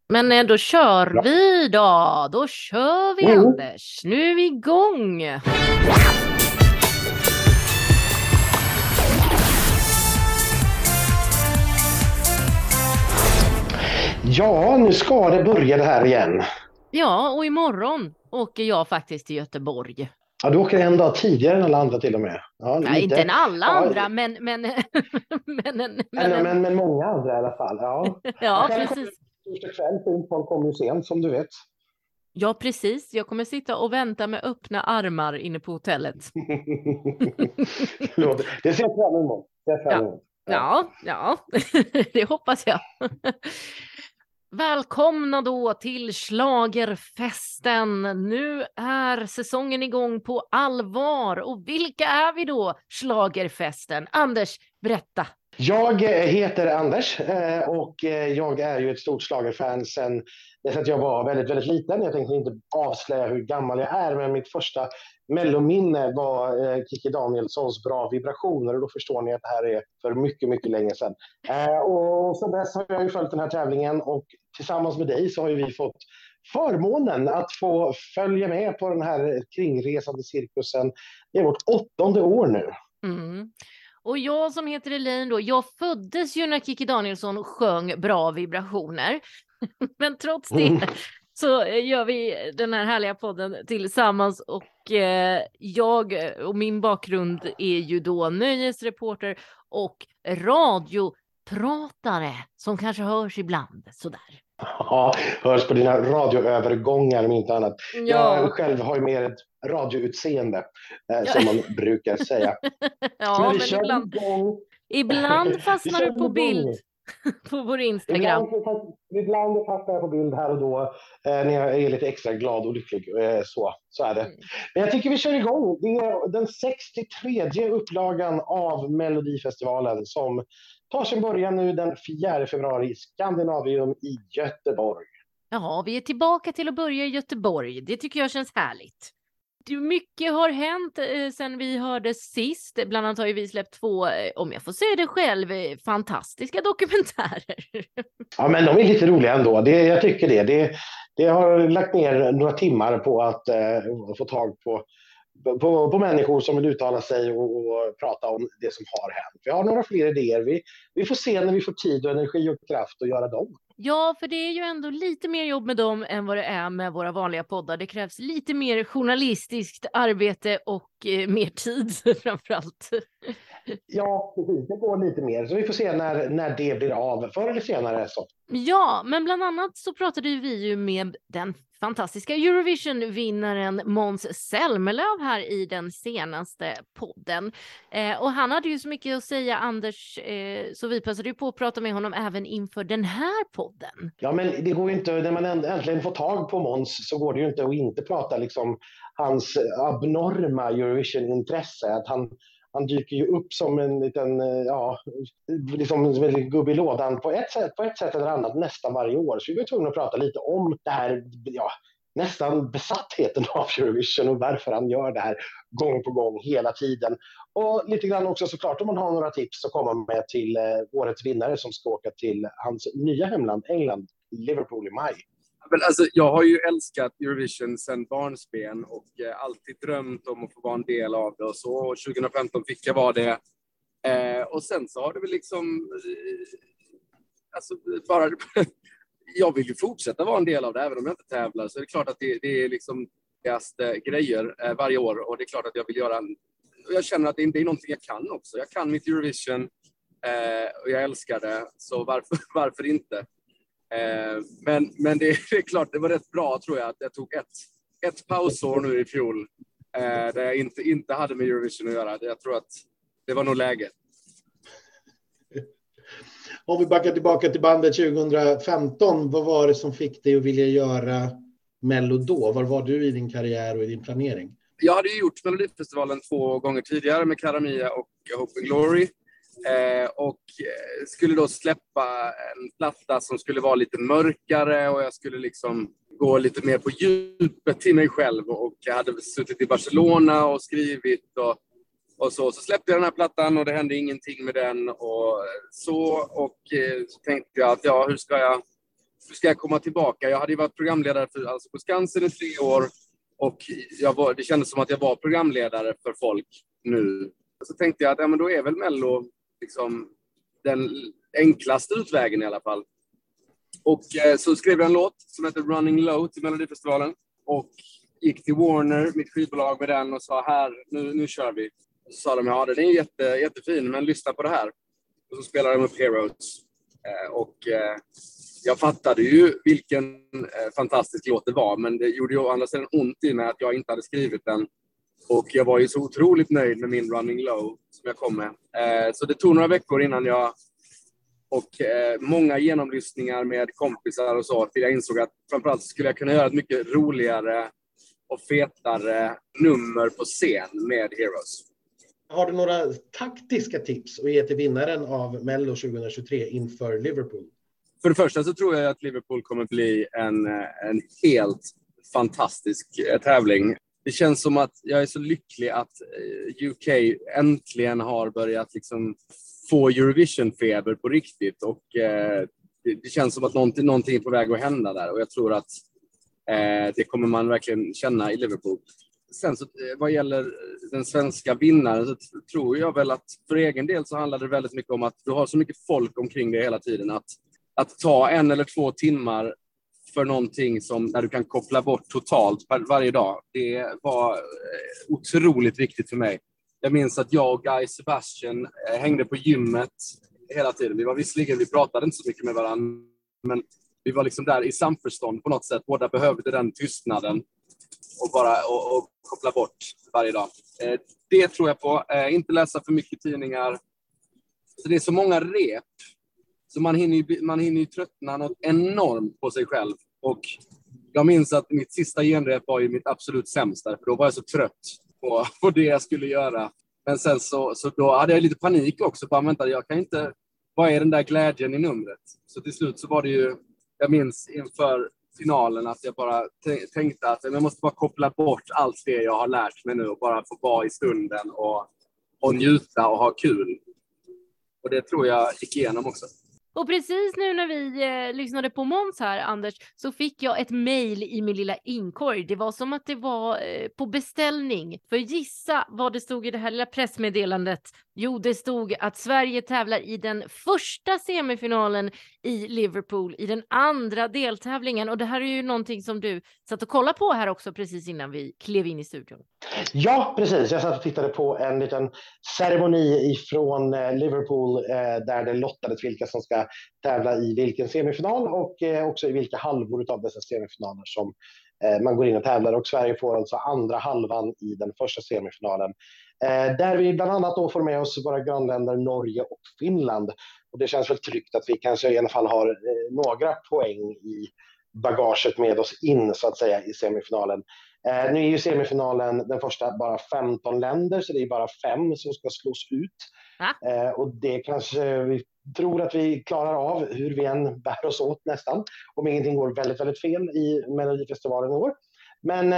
Men då kör Ja. vi då. Då kör vi, Mm. Anders. Nu är vi igång. Ja, nu ska det börja det här igen. Ja, och imorgon åker jag faktiskt till Göteborg. Ja, du åker en dag tidigare än alla andra till och med. Ja, Nej, inte än alla Ja, andra, men men många andra i alla fall. Ja. Jag ja, själv kommer precis. torsdag kväll, för folk kommer ju sent som du vet. Ja, precis. Jag kommer sitta och vänta med öppna armar inne på hotellet. Det ser jag fram emot. Ja, Ja. ja, det hoppas jag. Välkomna då till Schlagerfesten. Nu är säsongen igång på allvar. Och vilka är vi då, Schlagerfesten? Anders, berätta. Jag heter Anders och jag är ju ett stort schlagerfan sen att jag var väldigt, väldigt liten. Jag tänkte inte avslöja hur gammal jag är, men mitt första mellominne var Kikki Danielssons Bra vibrationer, och då förstår ni att det här är för mycket, mycket länge sedan. Och sen dess har jag ju följt den här tävlingen, och tillsammans med dig så har ju vi fått förmånen att få följa med på den här kringresande cirkusen. Det är vårt 8:e år nu. Mm. Och jag som heter Elaine då, jag föddes ju när Kikki Danielsson sjöng Bra vibrationer. Men trots det så gör vi den här härliga podden tillsammans, och jag och min bakgrund är ju då nöjesreporter och radiopratare som kanske hörs ibland sådär. Ja, hörs på dina radioövergångar om inte annat. Ja. Jag själv har ju mer ett radioutseende som man brukar säga. Ja, men ibland fastnar du på bild på vår Instagram. Ibland fastnar jag på bild här och då när jag är lite extra glad och lycklig. Så är det. Men jag tycker vi kör igång. Det är den 63:e upplagan av Melodifestivalen som tar sin början nu den 4 februari i Skandinavium i Göteborg. Ja, vi är tillbaka till att börja i Göteborg. Det tycker jag känns härligt. Mycket har hänt sen vi hörde sist. Bland annat har ju vi släppt 2, om jag får säga det själv, fantastiska dokumentärer. Ja, men de är lite roliga ändå. Jag tycker det. Det har lagt ner några timmar på att få tag på människor som vill uttala sig och prata om det som har hänt. Vi har några fler idéer. Vi får se när vi får tid och energi och kraft att göra dem. Ja, för det är ju ändå lite mer jobb med dem än vad det är med våra vanliga poddar. Det krävs lite mer journalistiskt arbete och mer tid framförallt. Ja, precis. Det går lite mer. Så vi får se när det blir av. Förr eller senare så. Ja, men bland annat så pratade vi ju med den fantastiska Eurovision-vinnaren Måns Zelmerlöw här i den senaste podden. Och han hade ju så mycket att säga, Anders, så vi passade ju på att prata med honom även inför den här podden. Ja, men det går ju inte, när man äntligen får tag på Måns så går det ju inte att inte prata liksom hans abnorma Eurovision-intresse. Att han dyker ju upp som en liten, liksom en väldigt gubbe i lådan på ett sätt eller annat nästan varje år. Så vi var tvungna att prata lite om det här, nästan besattheten av Eurovision och varför han gör det här gång på gång hela tiden. Och lite grann också såklart om man har några tips så kommer man med till årets vinnare som ska åka till hans nya hemland, England, Liverpool i maj. Men alltså, jag har ju älskat Eurovision sedan barnsben och alltid drömt om att få vara en del av det. Och så 2015 fick jag vara det. Och sen så har det väl liksom... bara... jag vill ju fortsätta vara en del av det, även om jag inte tävlar. Så är det klart att det är liksom grejer varje år. Och det är klart att jag vill göra och jag känner att det är någonting jag kan också. Jag kan mitt Eurovision och jag älskar det. Så varför inte? Men det är klart, det var rätt bra tror jag att jag tog ett pausår nu i fjol där jag inte hade med Eurovision att göra. Jag tror att det var nog läge. Om vi backar tillbaka till bandet 2015, vad var det som fick dig att vilja göra Mello då? Var var du i din karriär och i din planering? Jag hade ju gjort Melodifestivalen 2 gånger tidigare med Cara Mia och Hope and Glory. Och skulle då släppa en platta som skulle vara lite mörkare och jag skulle liksom gå lite mer på djupet till mig själv, och jag hade suttit i Barcelona och skrivit och så släppte jag den här plattan och det hände ingenting med den och så tänkte jag att hur ska jag ska jag komma tillbaka. Jag hade ju varit programledare på Skansen i 3 år. Och det kändes som att jag var programledare för folk nu. Så tänkte jag att men då är väl Mello liksom den enklaste utvägen i alla fall. Och så skrev jag en låt som heter Running Low till Melodifestivalen. Och gick till Warner, mitt skivbolag, med den och sa här, nu kör vi. Och så sa de, ja den är jättefin, men lyssna på det här. Och så spelade de upp Heroes. Jag fattade ju vilken fantastisk låt det var, men det gjorde ju å andra sidan ont i mig att jag inte hade skrivit den. Och jag var ju så otroligt nöjd med min Running Low som jag kom med. Så det tog några veckor innan jag många genomlyssningar med kompisar och så, till jag insåg att framförallt skulle jag kunna göra ett mycket roligare och fetare nummer på scen med Heroes. Har du några taktiska tips att ge till vinnaren av Mello 2023 inför Liverpool? För det första så tror jag att Liverpool kommer bli en helt fantastisk tävling. Det känns som att jag är så lycklig att UK äntligen har börjat liksom få Eurovision-feber på riktigt. Och det känns som att någonting är på väg att hända där. Och jag tror att det kommer man verkligen känna i Liverpool. Sen så vad gäller den svenska vinnaren så tror jag väl att för egen del så handlar det väldigt mycket om att du har så mycket folk omkring dig hela tiden. Att ta 1 eller 2 timmar för någonting som där du kan koppla bort totalt varje dag. Det var otroligt viktigt för mig. Jag minns att jag och Guy Sebastian hängde på gymmet hela tiden. Vi pratade inte så mycket med varandra, men vi var liksom där i samförstånd på något sätt. Båda behövde den tystnaden och koppla bort varje dag. Det tror jag på. Inte läsa för mycket tidningar. Så det är så många rep. Så man hinner ju tröttna något enormt på sig själv. Och jag minns att mitt sista genrep var ju mitt absolut sämsta. För då var jag så trött på det jag skulle göra. Men sen så då hade jag lite panik också. Bara vänta, jag kan inte... Vad är den där glädjen i numret? Så till slut så var det ju... Jag minns inför finalen att jag bara tänkte att jag måste bara koppla bort allt det jag har lärt mig nu. Och bara få vara i stunden och njuta och ha kul. Och det tror jag gick igenom också. Och precis nu när vi lyssnade på Måns här, Anders, så fick jag ett mejl i min lilla inkorg. Det var som att det var på beställning. För gissa vad det stod i det här lilla pressmeddelandet. Jo, det stod att Sverige tävlar i den första semifinalen i Liverpool i den andra deltävlingen. Och det här är ju någonting som du satt och kollade på här också precis innan vi klev in i studion. Ja, precis. Jag satt och tittade på en liten ceremoni ifrån Liverpool där det lottades vilka som ska tävla i vilken semifinal och också i vilka halvor av dessa semifinaler som man går in och tävlar. Och Sverige får alltså andra halvan i den första semifinalen. Där vi bland annat då får med oss våra grannländer Norge och Finland. Och det känns väl tryggt att vi kanske i alla fall har några poäng i bagaget med oss in så att säga i semifinalen. Nu är ju semifinalen den första bara 15 länder, så det är bara 5 som ska slås ut. Och det kanske vi tror att vi klarar av hur vi än bär oss åt nästan. Om ingenting går väldigt, väldigt fel i Melodifestivalen i år. Men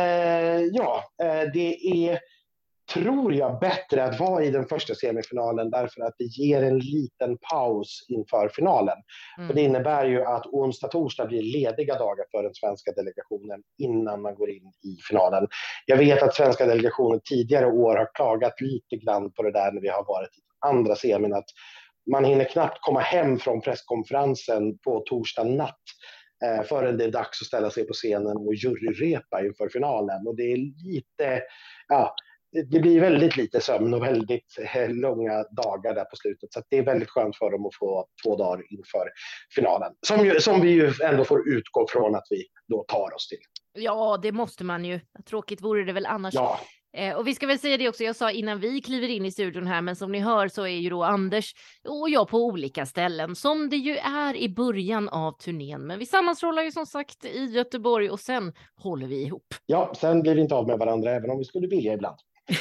det är, tror jag, bättre att vara i den första semifinalen därför att det ger en liten paus inför finalen. För det innebär ju att onsdag, torsdag blir lediga dagar för den svenska delegationen innan man går in i finalen. Jag vet att svenska delegationen tidigare år har klagat lite grann på det där när vi har varit i andra semin, att man hinner knappt komma hem från presskonferensen på torsdag natt förrän det är dags att ställa sig på scenen och juryrepa inför finalen. Och det är lite, det blir väldigt lite sömn och väldigt långa dagar där på slutet. Så att det är väldigt skönt för dem att få 2 dagar inför finalen. Som vi ju ändå får utgå från att vi då tar oss till. Ja, det måste man ju. Tråkigt vore det väl annars. Ja. Och vi ska väl säga det också, jag sa innan vi kliver in i studion här, men som ni hör så är ju då Anders och jag på olika ställen, som det ju är i början av turnén. Men vi sammanstrålar ju som sagt i Göteborg och sen håller vi ihop. Ja, sen blir vi inte av med varandra även om vi skulle vilja ibland.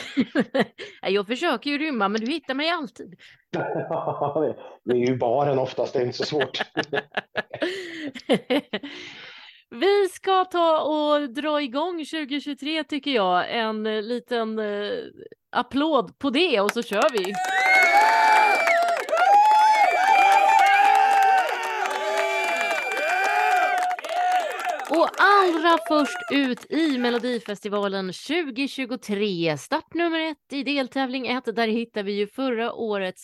Jag försöker ju rymma, men du hittar mig alltid. Det är ju baren oftast, det är inte så svårt. Vi ska ta och dra igång 2023 tycker jag. En liten applåd på det och så kör vi. Och allra först ut i Melodifestivalen 2023, start nummer 1 i deltävling 1, där hittar vi ju förra årets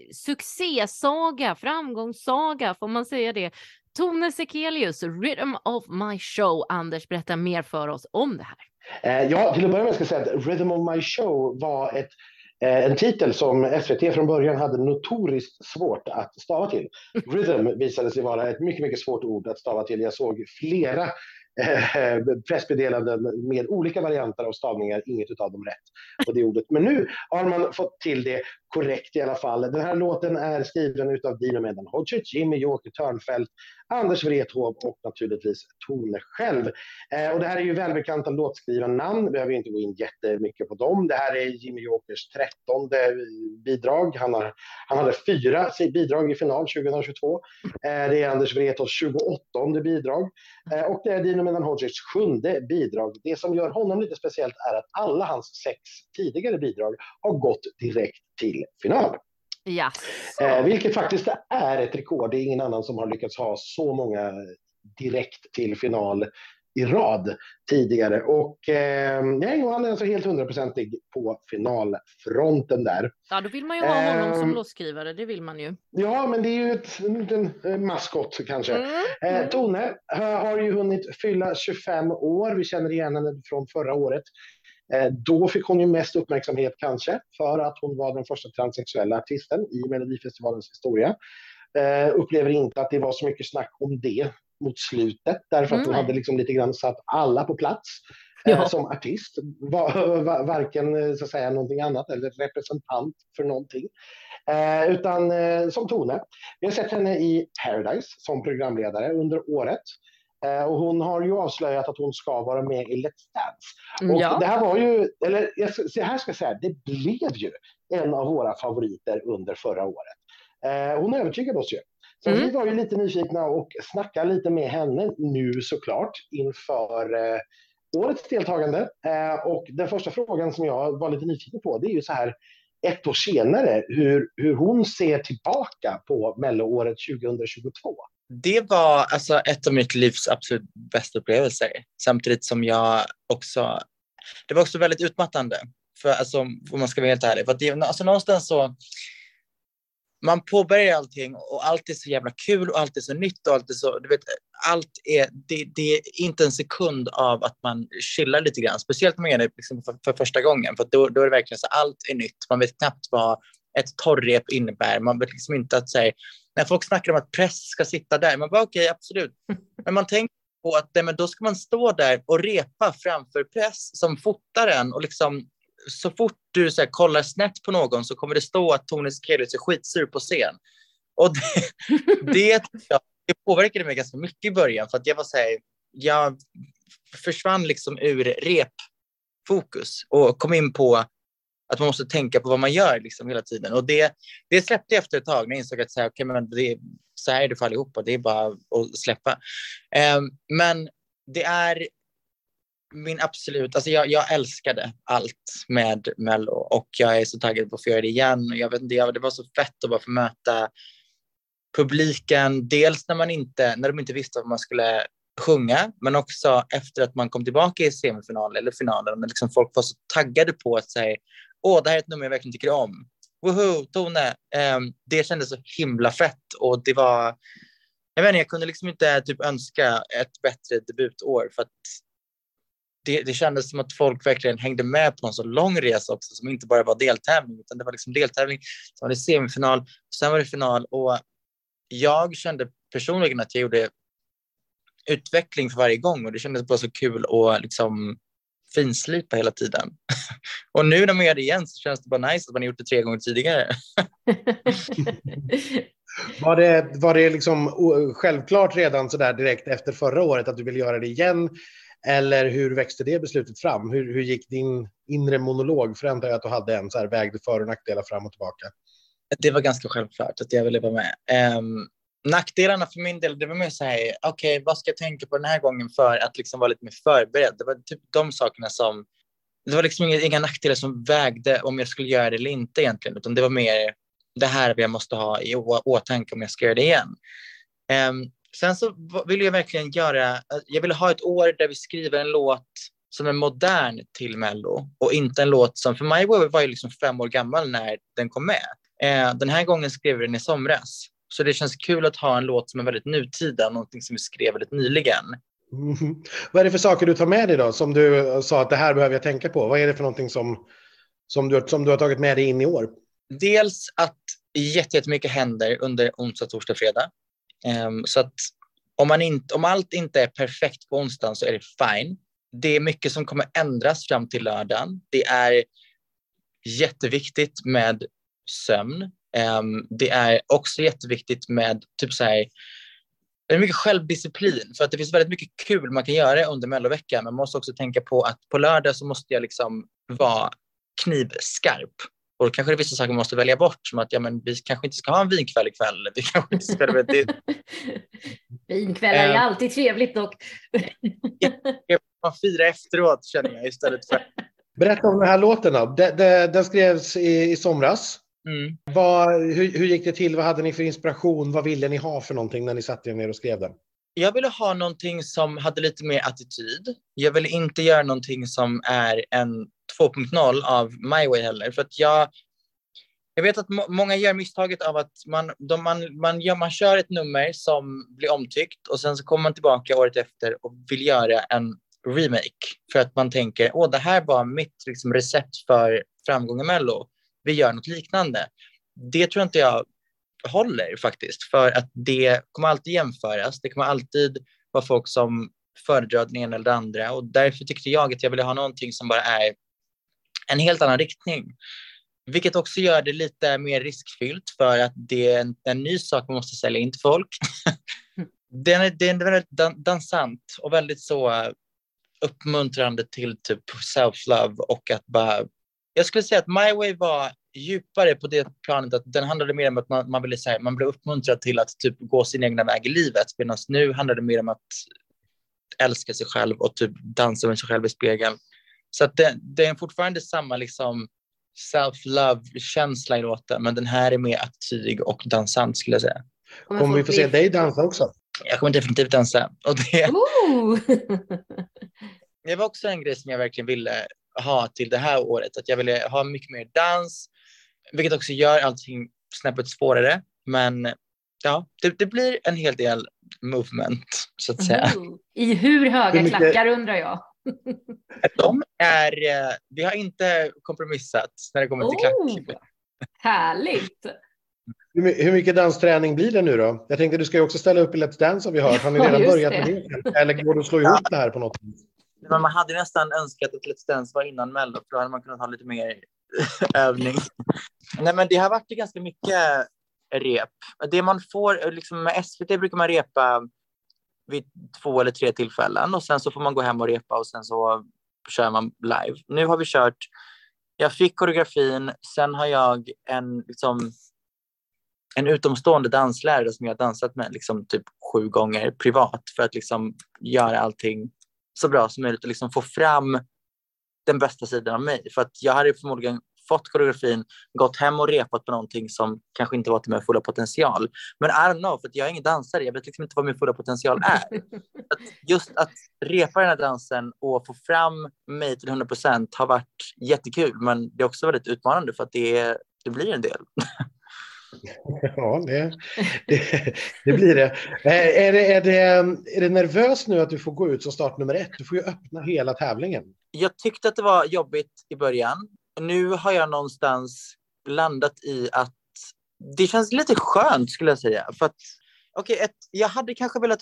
succésaga, framgångssaga, får man säga det. Tone Sekelius, Rhythm of My Show. Anders, berätta mer för oss om det här. Ja, till att börja med ska jag säga att Rhythm of My Show var en titel som SVT från början hade notoriskt svårt att stava till. Rhythm visade sig vara ett mycket, mycket svårt ord att stava till. Jag såg flera pressmeddelanden med olika varianter av stavningar, inget av dem rätt på det ordet. Men nu har man fått till det korrekt i alla fall. Den här låten är skriven utav Dino Medan Hodges, Jimmy Joker Törnfeldt, Anders Wrethov och naturligtvis Tone själv. Och det här är ju välbekanta låtskrivarnamn, vi behöver inte gå in jättemycket på dem. Det här är Jimmy Jokers 13:e bidrag. Han hade 4 bidrag i final 2022. Det är Anders Wrethovs 28:e bidrag. Och det är Dino Medan Hodges 7:e bidrag. Det som gör honom lite speciellt är att alla hans 6 tidigare bidrag har gått direkt till final. Ja. Vilket faktiskt är ett rekord. Det är ingen annan som har lyckats ha så många direkt till final i rad tidigare. Och han är alltså helt 100% på finalfronten där. Ja, då vill man ju ha honom som låtskrivare, det vill man ju. Ja, men det är ju en maskot kanske. Tone har ju hunnit fylla 25 år. Vi känner igen henne från förra året. Då fick hon ju mest uppmärksamhet kanske för att hon var den första transsexuella artisten i Melodifestivalens historia. Upplever inte att det var så mycket snack om det mot slutet, därför att hon hade liksom lite grann satt alla på plats som artist. Varken så att säga någonting annat eller representant för någonting. Utan som Tone. Vi har sett henne i Paradise som programledare under året. Och hon har ju avslöjat att hon ska vara med i Let's Dance. Och det här var ju, eller här ska jag säga, det blev ju en av våra favoriter under förra året. Hon övertygade oss ju. Så vi var ju lite nyfikna och snackade lite med henne nu såklart inför årets deltagande. Och den första frågan som jag var lite nyfiken på, det är ju så här 1 år senare, hur hon ser tillbaka på Melloåret 2022. Det var alltså ett av mitt livs absolut bästa upplevelser. Samtidigt som jag också... Det var också väldigt utmattande. För alltså, om man ska vara helt ärlig. För att det, alltså, någonstans så... Man påbörjar allting och allt är så jävla kul och allt är så nytt och allt är så... Du vet, allt är... Det är inte en sekund av att man chillar lite grann. Speciellt om man gör det liksom för första gången. För då är det verkligen så allt är nytt. Man vet knappt vad ett torrrep innebär. Man vet liksom inte att säga... När folk snackar om att press ska sitta där, man bara okej, absolut. Men man tänker på att men då ska man stå där och repa framför press som fotar en. Och liksom, så fort du så här, kollar snett på någon så kommer det stå att Tone Sekelius är skitsur på scen. Och det påverkade mig ganska mycket i början. För att jag var så här, jag försvann liksom ur repfokus och kom in på att man måste tänka på vad man gör liksom hela tiden. Och det släppte jag efter ett tag när jag insåg att så här är det för allihopa. Det är bara att släppa. Men det är min absolut... Alltså jag älskade allt med Mello. Och jag är så taggad på att få göra det igen. Och jag vet inte, det var så fett att bara få möta publiken. Dels när de inte visste vad man skulle sjunga. Men också efter att man kom tillbaka i semifinalen eller finalen. När liksom folk var så taggade på att säga det här är ett nummer jag verkligen tycker om. Woho, Tone. Det kändes så himla fett. Och det var... Jag kunde liksom inte typ önska ett bättre debutår. För att det kändes som att folk verkligen hängde med på en så lång resa också. Som inte bara var deltävling. Utan det var liksom deltävling. Sen var det semifinal. Sen var det final. Och jag kände personligen att jag gjorde utveckling för varje gång. Och det kändes bara så kul att liksom... finslipa hela tiden. Och nu när man gör det igen så känns det bara nice att man har gjort det 3 gånger tidigare. Var det liksom självklart redan så där direkt efter förra året att du ville göra det igen? Eller hur växte det beslutet fram? Hur gick din inre monolog? För antar jag att du hade en så här vägde för- och nackdelar fram och tillbaka. Det var ganska självklart att jag ville vara med. Nackdelarna för min del, det var mer så här, okej, vad ska jag tänka på den här gången för att liksom vara lite mer förberedd? Det var typ de sakerna som, det var liksom inga nackdelar som vägde om jag skulle göra det eller inte egentligen, utan det var mer det här jag måste ha i åtanke om jag ska göra det igen. Sen så vill jag verkligen jag vill ha ett år där vi skriver en låt som är modern till Mello och inte en låt som, för My Way var ju liksom 5 år gammal när den kom med. Den här gången skrev vi den i somras. Så det känns kul att ha en låt som är väldigt nutida, någonting som vi skrev väldigt nyligen. Mm. Vad är det för saker du tar med dig då, som du sa att det här behöver jag tänka på? Vad är det för någonting som du har tagit med dig in i år? Dels att jättemycket händer under onsdag, torsdag, fredag. Så att om allt inte är perfekt på onsdagen så är det fine. Det är mycket som kommer ändras fram till lördagen. Det är jätteviktigt med sömn. Det är också jätteviktigt med typ så här, det är mycket självdisciplin, för att det finns väldigt mycket kul man kan göra under melloveckan. Man måste också tänka på att på lördag så måste jag liksom vara knivskarp. Och då kanske det är vissa saker man måste välja bort, som att vi kanske inte ska ha en vinkväll ikväll. Vi kanske inte ska Vinkväll är alltid trevligt dock. Man firar efteråt, känner jag, istället för... Berätta om den här låten då. Den skrevs i somras. Mm. Hur gick det till? Vad hade ni för inspiration? Vad ville ni ha för någonting när ni satt er ner och skrev den? Jag ville ha någonting som hade lite mer attityd. Jag ville inte göra någonting som är en 2.0 av My Way heller. För att jag vet att många gör misstaget av att man kör ett nummer som blir omtyckt och sen så kommer man tillbaka året efter och vill göra en remake. För att man tänker, det här var mitt liksom recept för framgång i Mello. Vi gör något liknande. Det tror inte jag håller faktiskt. För att det kommer alltid jämföras. Det kommer alltid vara folk som föredrar den ena eller den andra. Och därför tyckte jag att jag ville ha någonting som bara är en helt annan riktning. Vilket också gör det lite mer riskfyllt, för att det är en ny sak man måste sälja in till folk. Det är väldigt dansant och väldigt så uppmuntrande till typ self-love, och att bara... Jag skulle säga att My Way var djupare på det planet, att den handlade mer om att man blev uppmuntrad till att typ gå sin egna väg i livet, medan nu handlar det mer om att älska sig själv och typ dansa med sig själv i spegeln. Så att det är fortfarande samma liksom self-love-känsla i låten, men den här är mer attityd och dansant, skulle jag säga. Kommer vi få se dig dansa också? Jag kommer definitivt dansa. Och det var också en grej som jag verkligen ville ha till det här året, att jag ville ha mycket mer dans, vilket också gör allting snäppet svårare, men ja, det blir en hel del movement, så att säga. I hur höga klackar, undrar jag? Vi har inte kompromissat när det kommer till klack. Härligt! Mm. Hur mycket dansträning blir det nu då? Jag tänkte du ska ju också ställa upp i Let's Dance, har vi hört. Har ni redan börjat med det? Eller går det att slå ihop det här på något vis? Men man hade nästan önskat att Let's Dance var innan Mello, för då hade man kunnat ha lite mer övning. Nej, men det har varit ganska mycket rep. Det man får, liksom med SVT brukar man repa vid 2 eller 3 tillfällen, och sen så får man gå hem och repa, och sen så kör man live. Nu har vi kört, jag fick koreografin, sen har jag en utomstående danslärare som jag har dansat med liksom typ 7 gånger privat, för att liksom göra allting så bra som möjligt och liksom få fram den bästa sidan av mig. För att jag hade förmodligen fått koreografin, gått hem och repat på någonting som kanske inte var till min fulla potential. Men I don't know, för att jag är ingen dansare. Jag vet liksom inte vad min fulla potential är. Just att repa den här dansen och få fram mig till 100% har varit jättekul. Men det är också väldigt utmanande, för att det blir en del. Ja, det blir det. Är det nervös nu att du får gå ut som startnummer 1? Du får ju öppna hela tävlingen. Jag tyckte att det var jobbigt i början. Nu har jag någonstans landat i att det känns lite skönt, skulle jag säga. För att, jag hade kanske velat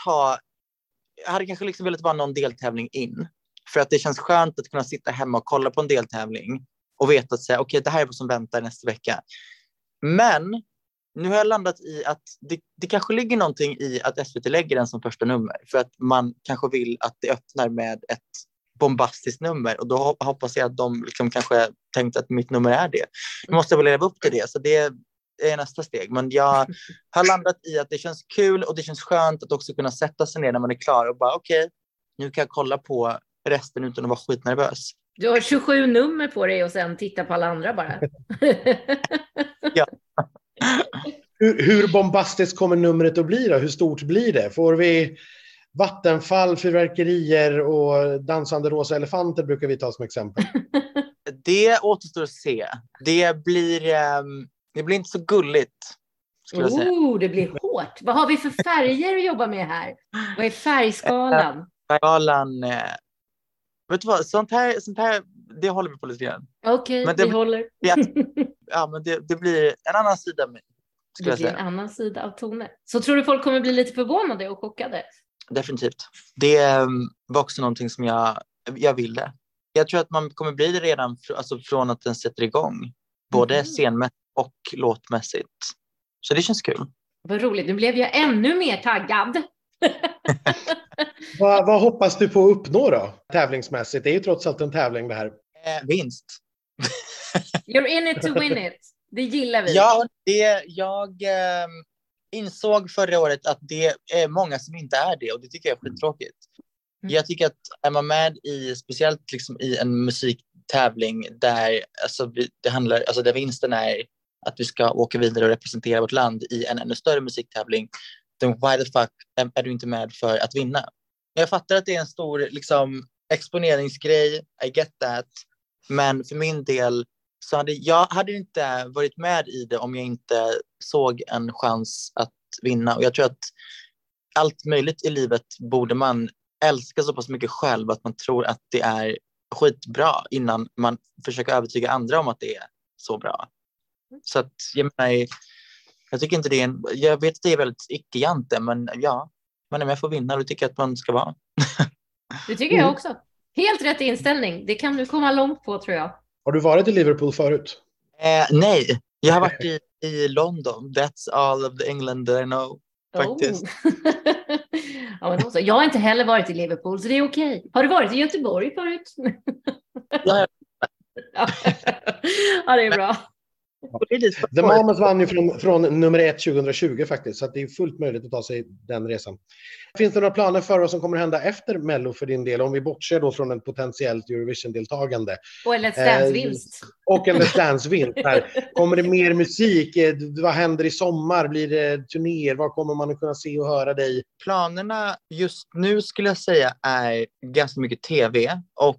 vara någon deltävling in. För att det känns skönt att kunna sitta hemma och kolla på en deltävling och veta att säga, det här är vad som väntar nästa vecka. Men nu har jag landat i att det kanske ligger någonting i att SVT lägger den som första nummer. För att man kanske vill att det öppnar med ett bombastiskt nummer. Och då hoppas jag att de liksom kanske tänkte att mitt nummer är det. Nu måste jag väl leva upp till det. Så det är nästa steg. Men jag har landat i att det känns kul och det känns skönt att också kunna sätta sig ner när man är klar och bara nu kan jag kolla på resten utan att vara skitnervös. Du har 27 nummer på dig och sen titta på alla andra bara. Ja. Hur bombastiskt kommer numret att bli då? Hur stort blir det? Får vi vattenfall, fyrverkerier och dansande rosa elefanter brukar vi ta som exempel. Det återstår att se. Det blir inte så gulligt, skulle jag säga. Det blir hårt. Vad har vi för färger att jobba med här? Vad är färgskalan? Färgskalan... Vet du vad, sånt här det håller vi på lite grann. Okej, vi håller. Ja, men det blir en annan sida av mig. Det blir en annan sida av Tone. Så tror du folk kommer bli lite förvånade och chockade? Definitivt. Det var också någonting som jag ville. Jag tror att man kommer bli det redan från att den sätter igång. Både scenmässigt och låtmässigt. Så det känns kul. Vad roligt, nu blev jag ännu mer taggad. Vad hoppas du på att uppnå då? Tävlingsmässigt, det är ju trots allt en tävling det här. Vinst. You're in it to win it. Det gillar vi. Ja, jag insåg förra året att det är många som inte är det. Och det tycker jag är skittråkigt. Jag tycker att är man med speciellt liksom i en musiktävling där det handlar, där vinsten är att vi ska åka vidare och representera vårt land i en ännu större musiktävling, then why the fuck är du inte med för att vinna? Jag fattar att det är en stor liksom exponeringsgrej, I get that, men för min del så hade inte varit med i det om jag inte såg en chans att vinna. Och jag tror att allt möjligt i livet borde man älska så pass mycket själv att man tror att det är skitbra innan man försöker övertyga andra om att det är så bra. Så att jag tycker inte det är jag vet att det är väldigt icke-jante, men ja, man är med för att vinna och det tycker jag att man ska vara. Det tycker jag också. Helt rätt inställning. Det kan du komma långt på, tror jag. Har du varit i Liverpool förut? Nej, jag har varit i London. That's all of the England that I know. Faktiskt. Ja, men också, jag har inte heller varit i Liverpool, så det är okej. Har du varit i Göteborg förut? Ja, det är bra. The Mamas vann ju från nummer 1 2020 faktiskt, så att det är fullt möjligt att ta sig den resan. Finns det några planer för vad som kommer hända efter Mello för din del, om vi bortser då från en potentiellt Eurovision-deltagande? Och en Let's Dance-vinst. Och en Let's Dance-vinst. Kommer det mer musik? Vad händer i sommar? Blir det turnéer? Vad kommer man att kunna se och höra dig? Planerna just nu skulle jag säga är ganska mycket tv och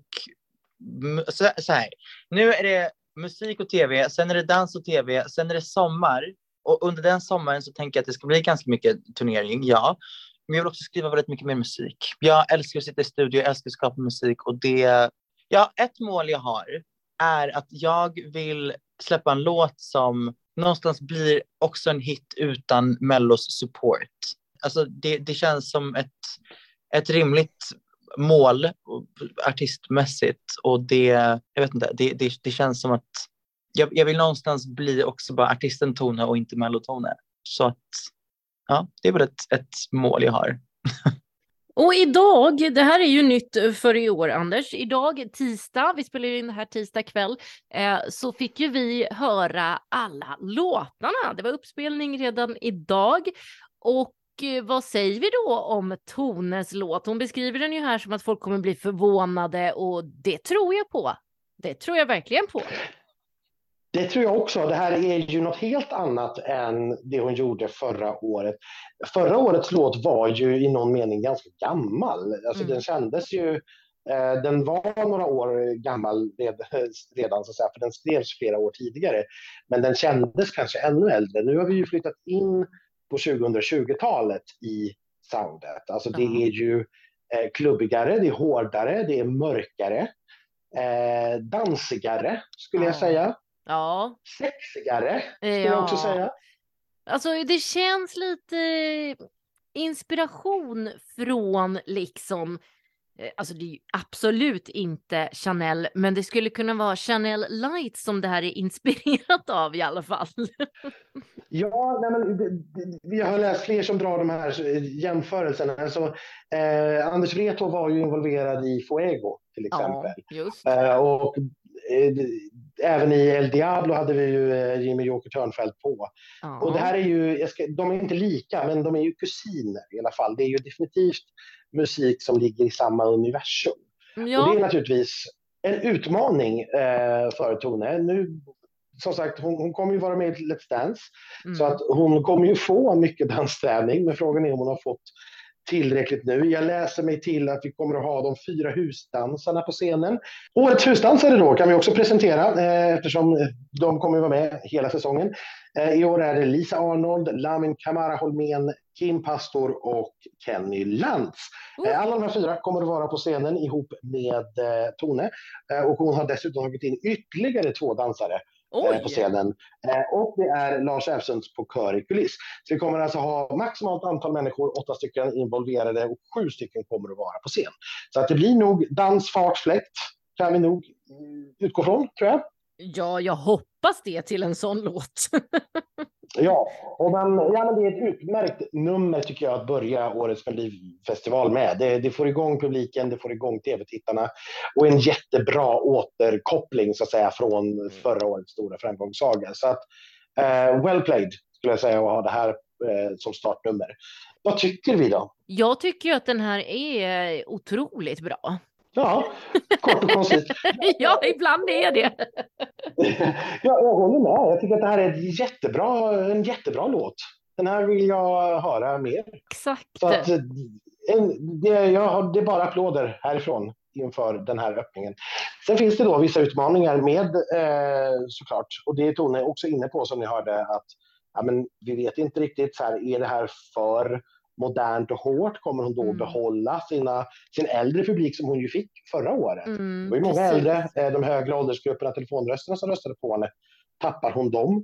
så här. Nu är det musik och tv, sen är det dans och tv, sen är det sommar. Och under den sommaren så tänker jag att det ska bli ganska mycket turnering, ja. Men jag vill också skriva väldigt mycket mer musik. Jag älskar att sitta i studio, jag älskar att skapa musik. Och ett mål jag har är att jag vill släppa en låt som någonstans blir också en hit utan Mellos support. Alltså det känns som ett rimligt mål artistmässigt, och jag vet inte, det känns som att jag vill någonstans bli också bara artisten Tone och inte Mello-Tone. Så att ja, det är väl ett mål jag har. Och idag, det här är ju nytt för i år, Anders. Idag, tisdag, vi spelar in det här tisdag kväll, så fick ju vi höra alla låtarna. Det var uppspelning redan idag. Och vad säger vi då om Tones låt? Hon beskriver den ju här som att folk kommer bli förvånade, och det tror jag på. Det tror jag verkligen på. Det tror jag också. Det här är ju något helt annat än det hon gjorde förra året. Förra årets låt var ju i någon mening ganska gammal. Alltså den kändes ju... Den var några år gammal redan, så att säga, för den skrevs flera år tidigare. Men den kändes kanske ännu äldre. Nu har vi ju flyttat in på 2020-talet i soundet. Alltså det är ju klubbigare, det är hårdare, det är mörkare, dansigare skulle jag säga. Ja. Sexigare skulle jag också säga. Alltså det känns lite inspiration från liksom, alltså det är ju absolut inte Chanel, men det skulle kunna vara Chanel Light som det här är inspirerat av i alla fall. Ja, nej, men vi har läst fler som drar de här jämförelserna. Alltså, Anders Wrethov var ju involverad i Fuego till exempel. Ja, just. Och även i El Diablo hade vi ju Jimmy Joker Törnfeldt på. Ja. Och det här är ju, de är inte lika, men de är ju kusiner i alla fall. Det är ju definitivt musik som ligger i samma universum. Ja. Och det är naturligtvis en utmaning för Tone. Nu som sagt, hon kommer ju vara med i Let's Dance. Så att hon kommer ju få mycket dansträning, men frågan är om hon har fått tillräckligt nu. Jag läser mig till att vi kommer att ha de 4 husdansarna på scenen. Årets husdansare då kan vi också presentera eftersom de kommer att vara med hela säsongen. I år är det Lisa Arnold, Lamin Kamara Holmén, Kim Pastor och Kenny Lantz. Alla de här 4 kommer att vara på scenen ihop med Tone. Och hon har dessutom tagit in ytterligare 2 dansare på scenen. Och det är Lars Evsunds på kör i kuliss. Så vi kommer alltså ha maximalt antal människor, 8 stycken involverade och 7 stycken kommer att vara på scen. Så att det blir nog dansfartfläkt kan vi nog utgå från, tror jag. Ja, jag hoppas det till en sån låt. Ja, men det är ett utmärkt nummer tycker jag att börja årets Melodifestival med. Det får igång publiken, det får igång tv-tittarna och en jättebra återkoppling så att säga från förra årets stora framgångssaga. Så att well played skulle jag säga att ha det här som startnummer. Vad tycker vi då? Jag tycker ju att den här är otroligt bra. Ja, kort och koncist. Ja, ibland är det. Ja, jag håller med. Jag tycker att det här är en jättebra låt. Den här vill jag höra mer. Exakt. Så att, det är bara applåder härifrån inför den här öppningen. Sen finns det då vissa utmaningar med såklart. Och det är Tone också inne på som ni hörde att vi vet inte riktigt så här, är det här för modernt och hårt? Kommer hon då behålla sin äldre publik som hon ju fick förra året? Det var ju många äldre, de högre åldersgrupperna, telefonrösterna som röstade på henne. Tappar hon dem?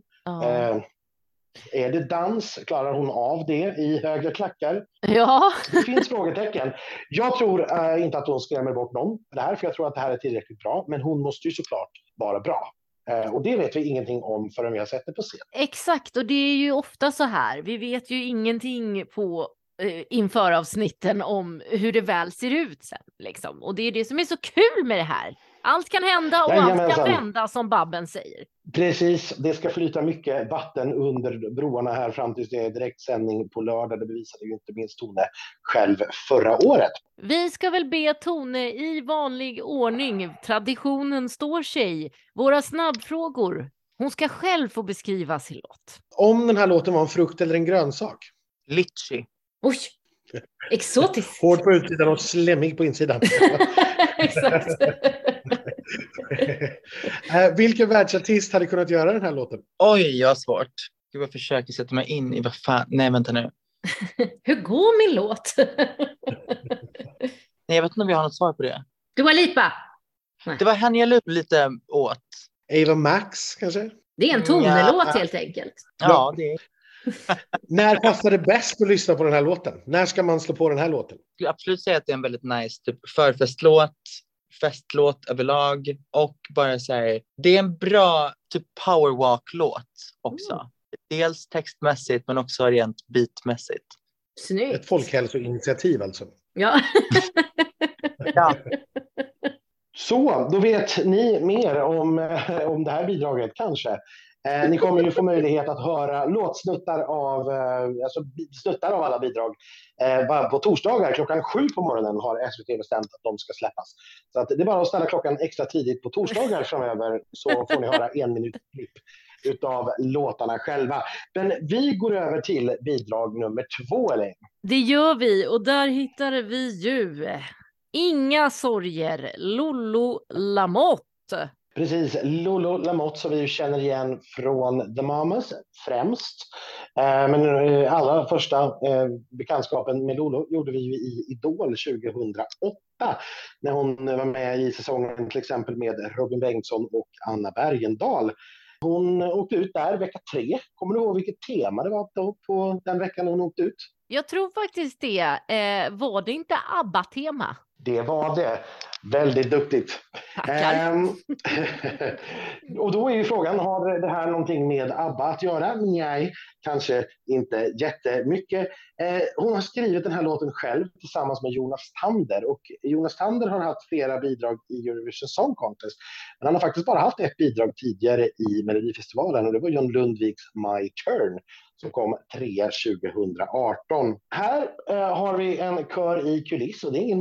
Är det dans? Klarar hon av det i högre klackar? Ja. Det finns frågetecken. Jag tror inte att hon skrämmer bort någon det här, för jag tror att det här är tillräckligt bra. Men hon måste ju såklart vara bra. Och det vet vi ingenting om förrän vi har sett det på scen. Exakt, och det är ju ofta så här. Vi vet ju ingenting på inför avsnitten om hur det väl ser ut sen. Liksom. Och det är det som är så kul med det här. Allt kan hända och allt kan vända som Babben säger. Precis, det ska flyta mycket vatten under broarna här fram tills det är direktsändning på lördag. Det bevisade ju inte minst Tone själv förra året. Vi ska väl be Tone i vanlig ordning. Traditionen står sig. Våra snabbfrågor. Hon ska själv få beskriva sin låt. Om den här låten var en frukt eller en grönsak? Litchi. Oj, exotiskt. Hård på utsidan och slemmig på insidan. Exakt. Vilken världsartist hade kunnat göra den här låten? Oj, jag har svårt. Jag försöker sätta mig in i vad fan. Nej, vänta nu. Hur går min låt? Nej, jag vet inte om vi har något svar på det. Dua Lipa. Det var henne jag lurade lite åt. Ava Max kanske? Det är en Tone-låt helt enkelt. Ja, det är. När passar det bäst att lyssna på den här låten? När ska man slå på den här låten? Jag skulle absolut säga att det är en väldigt nice typ förfestlåt, festlåt överlag och bara så här, det är en bra typ powerwalk-låt också. Dels textmässigt men också rent beatmässigt. Snyggt. Ett folkhälsoinitiativ alltså. Ja. Ja. Så, då vet ni mer om det här bidraget kanske. Ni kommer ju få möjlighet att höra låtsnuttar av alla bidrag. På torsdagar klockan 7 på morgonen har SVT bestämt att de ska släppas. Så att det är bara att ställa klockan extra tidigt på torsdagar framöver så får ni höra 1 minut klipp utav låtarna själva. Men vi går över till bidrag nummer 2, Elaine. Det gör vi och där hittar vi ju Inga sorger, Lolo Lamotte. Precis, Lolo Lamotte som vi känner igen från The Mamas främst. Men allra första bekantskapen med Lolo gjorde vi ju i Idol 2008 när hon var med i säsongen till exempel med Robin Bengtsson och Anna Bergendahl. Hon åkte ut där vecka 3. Kommer du ihåg vilket tema det var då på den veckan hon åkte ut? Jag tror faktiskt det. Var det inte ABBA-tema? Det var det. Väldigt duktigt. Och då är ju frågan, har det här någonting med ABBA att göra? Nej, kanske inte jättemycket. Hon har skrivit den här låten själv tillsammans med Jonas Tander. Och Jonas Tander har haft flera bidrag i Eurovision Song Contest. Men han har faktiskt bara haft ett bidrag tidigare i Melodifestivalen. Och det var John Lundviks My Turn som kom 3 2018. Här har vi en kör i kuliss och det är ingen mindre än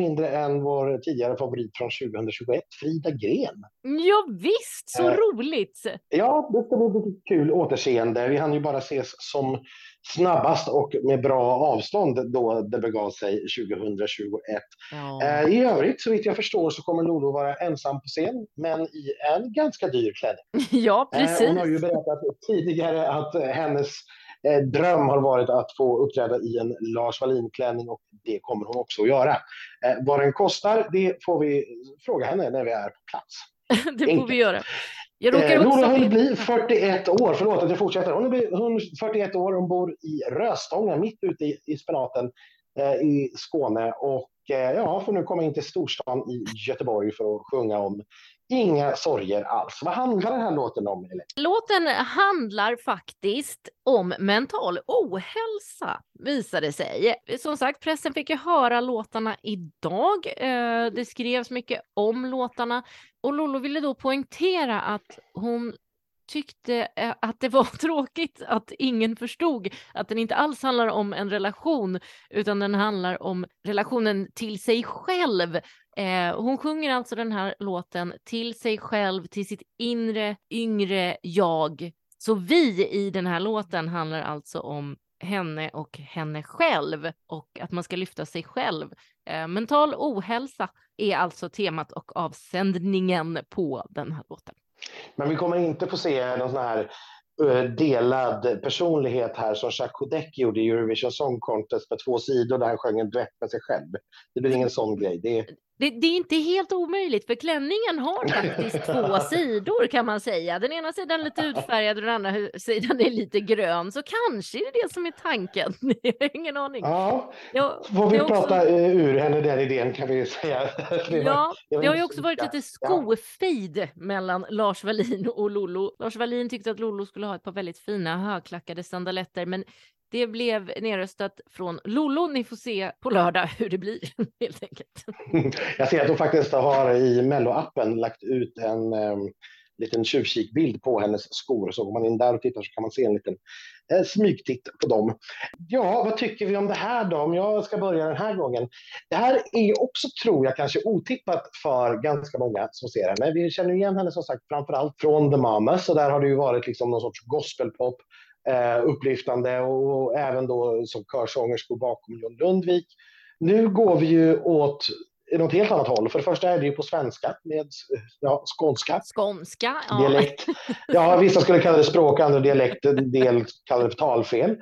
sen vår tidigare favorit från 2021, Frida Gren. Ja visst, så roligt! Ja, det ska bli lite kul återseende. Vi hann ju bara ses som snabbast och med bra avstånd då det begav sig 2021. Ja. I övrigt, så vitt jag förstår, så kommer Lolo vara ensam på scen, men i en ganska dyr klänning. Ja, precis. Hon har ju berättat tidigare att hennes dröm har varit att få uppträda i en Lars Wallin-klänning, och det kommer hon också att göra. Vad den kostar, det får vi fråga henne när vi är på plats. Det får vi göra. Lolo har bli 41 år, förlåt att jag fortsätter. Hon är 41 år, hon bor i Röstånga, mitt ute i spenaten i Skåne, och får nu komma in till storstan i Göteborg för att sjunga om inga sorger alls. Vad handlar den här låten om, Elin? Låten handlar faktiskt om mental ohälsa, visade sig. Som sagt, pressen fick ju höra låtarna idag. Det skrevs mycket om låtarna. Och Lolo ville då poängtera att hon tyckte att det var tråkigt att ingen förstod att den inte alls handlar om en relation, utan den handlar om relationen till sig själv. Hon sjunger alltså den här låten till sig själv, till sitt inre, yngre jag. Så vi i den här låten handlar alltså om henne och henne själv, och att man ska lyfta sig själv. Mental ohälsa är alltså temat och avsändningen på den här låten. Men vi kommer inte få se någon sån här delad personlighet här som Jacques Koudek gjorde i Eurovision Song Contest på 2 sidor där han sjöng en duett med sig själv. Det blir ingen sån grej. Det är inte helt omöjligt, för klänningen har faktiskt 2 sidor kan man säga. Den ena sidan är lite utfärgad och den andra sidan är lite grön. Så kanske är det som är tanken. Jag har ingen aning. Ja, får vi prata ur henne den idén, kan vi säga. Det har ju också varit lite skofejd mellan Lars Wallin och Lolo. Lars Wallin tyckte att Lolo skulle ha ett par väldigt fina högklackade sandaletter, men det blev nedröstat från Lolo. Ni får se på lördag hur det blir, helt enkelt. Jag ser att de faktiskt har i Mello-appen lagt ut en liten tjuvkikbild på hennes skor. Så går man in där och tittar så kan man se en liten smygtitt på dem. Ja, vad tycker vi om det här då? Om jag ska börja den här gången. Det här är också, tror jag, kanske otippat för ganska många som ser henne. Vi känner igen henne som sagt framförallt från The Mamas. Så där har det ju varit liksom någon sorts gospelpop. Upplyftande, och även då som körsångerskor bakom John Lundvik. Nu går vi ju åt något helt annat håll. För det första är det ju på svenska med skånska. Skånska, ja. Dialekt. Ja, vissa skulle kalla det språk, andra dialekt, en del kallar det för talfel.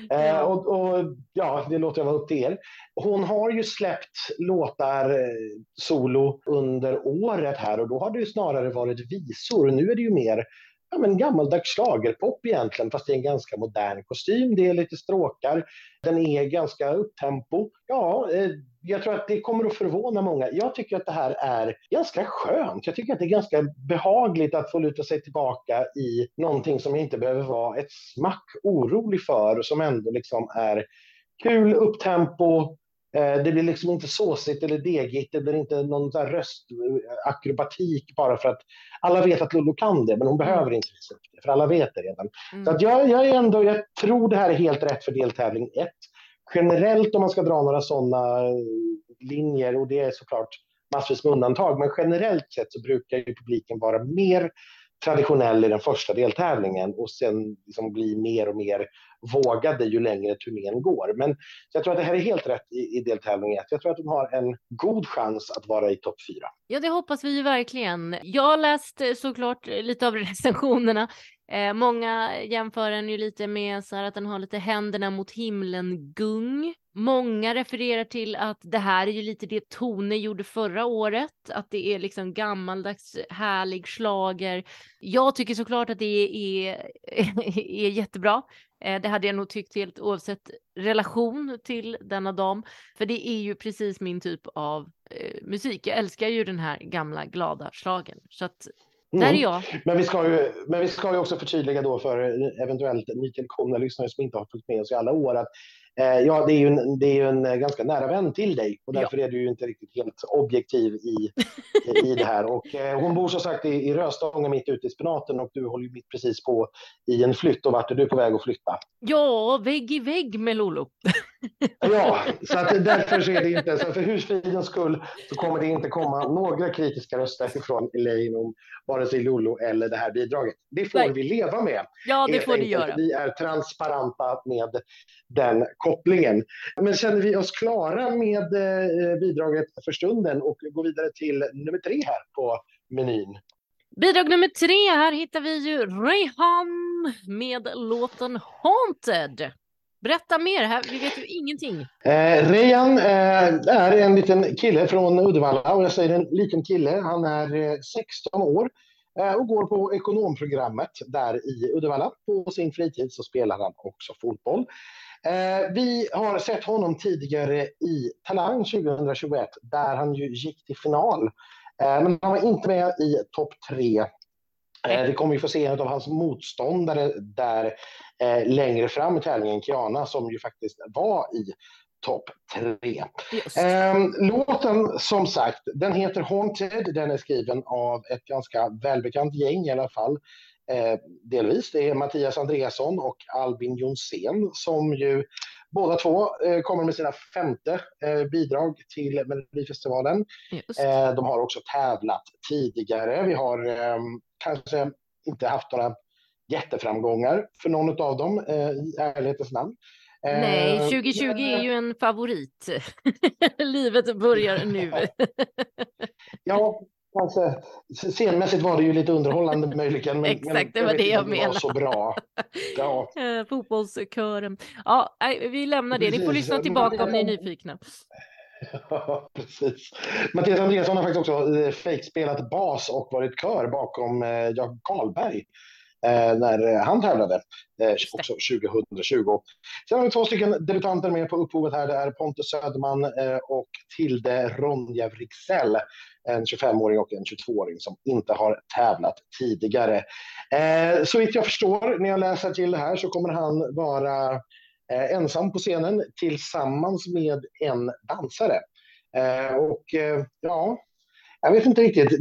Det låter jag vara upp till er. Hon har ju släppt låtar solo under året här, och då har det ju snarare varit visor. Nu är det ju mer gammaldags schlagerpop egentligen, fast det är en ganska modern kostym. Det är lite stråkar. Den är ganska upptempo. Ja, jag tror att det kommer att förvåna många. Jag tycker att det här är ganska skönt. Jag tycker att det är ganska behagligt att få luta sig tillbaka i någonting som jag inte behöver vara ett smack orolig för, som ändå liksom är kul, upptempo. Det blir liksom inte såsigt eller degigt. Det blir inte någon där röstakrobatik bara för att alla vet att Lolo kan det, men hon behöver inte visa upp det, för alla vet det redan. Så att jag tror det här är helt rätt för deltävling 1. Generellt, om man ska dra några sådana linjer, och det är såklart massvis med undantag, men generellt sett så brukar ju publiken vara mer traditionell i den första deltävlingen och sen liksom bli mer och mer vågade ju längre turnén går. Men jag tror att det här är helt rätt i deltävling 1. Jag tror att de har en god chans att vara i topp 4. Ja, det hoppas vi ju verkligen. Jag har läst såklart lite av recensionerna. Många jämför den ju lite med så här att den har lite händerna mot himlen-gung. Många refererar till att det här är ju lite det Tone gjorde förra året. Att det är liksom gammaldags härlig schlager. Jag tycker såklart att det är jättebra. Det hade jag nog tyckt helt oavsett relation till denna dam. För det är ju precis min typ av musik. Jag älskar ju den här gamla glada schlagern. Så att där är jag. Men vi ska ju också förtydliga då för eventuellt nytillkomna lyssnare som inte har följt med oss i alla år att det är ju en ganska nära vän till dig, och därför är du ju inte riktigt helt objektiv i det här. Och hon bor som sagt i Röstånga mitt ute i spenaten, och du håller ju mitt precis på i en flytt. Och vart är du på väg att flytta? Ja, vägg i vägg med Lolo. Ja, så att därför så är det inte, så för husfridens skull så kommer det inte komma några kritiska röster från Elaine om vare sig Lollo eller det här bidraget. Det får vi leva med. Ja, det får ni göra. Vi är transparenta med den kopplingen. Men känner vi oss klara med bidraget för stunden och går vidare till nummer 3 här på menyn. Bidrag nummer 3, här hittar vi ju Rayhan med låten Haunted. Berätta mer, här, vi vet ju ingenting. Rayhan är en liten kille från Uddevalla, och jag säger en liten kille, han är 16 år och går på ekonomprogrammet där i Uddevalla. På sin fritid så spelar han också fotboll. Vi har sett honom tidigare i Talang 2021 där han ju gick till final. Men han var inte med i topp 3. Vi kommer ju få se en av hans motståndare där längre fram i tävlingen, Kiana, som ju faktiskt var i topp 3. Låten, som sagt, den heter Haunted. Den är skriven av ett ganska välbekant gäng i alla fall. Delvis. Det är Mattias Andreasson och Albin Jonsén som ju båda två kommer med sina 5:e bidrag till Melodifestivalen. De har också tävlat tidigare. Vi har kanske inte haft några jätteframgångar för någon av dem i ärlighetens namn. Nej, 2020 är ju en favorit. Livet börjar nu. Ja, alltså, scenmässigt var det ju lite underhållande möjligen. Men, exakt, det var det jag menade. Var så bra. Ja. Fotbollskören. Ja, vi lämnar det. Ni får lyssna tillbaka om ni är nyfikna. Ja, precis. Mattias Andreasson har faktiskt också fejkspelat bas och varit kör bakom Jakob Karlberg när han tävlade också 2020. Sen har vi 2 stycken debutanter med på upphovet här. Det är Pontus Söderman och Tilde Ronja Wrigsell, en 25-åring och en 22-åring som inte har tävlat tidigare. Så vitt jag förstår när jag läser till det här så kommer han vara ensam på scenen tillsammans med en dansare. Ja, jag vet inte riktigt.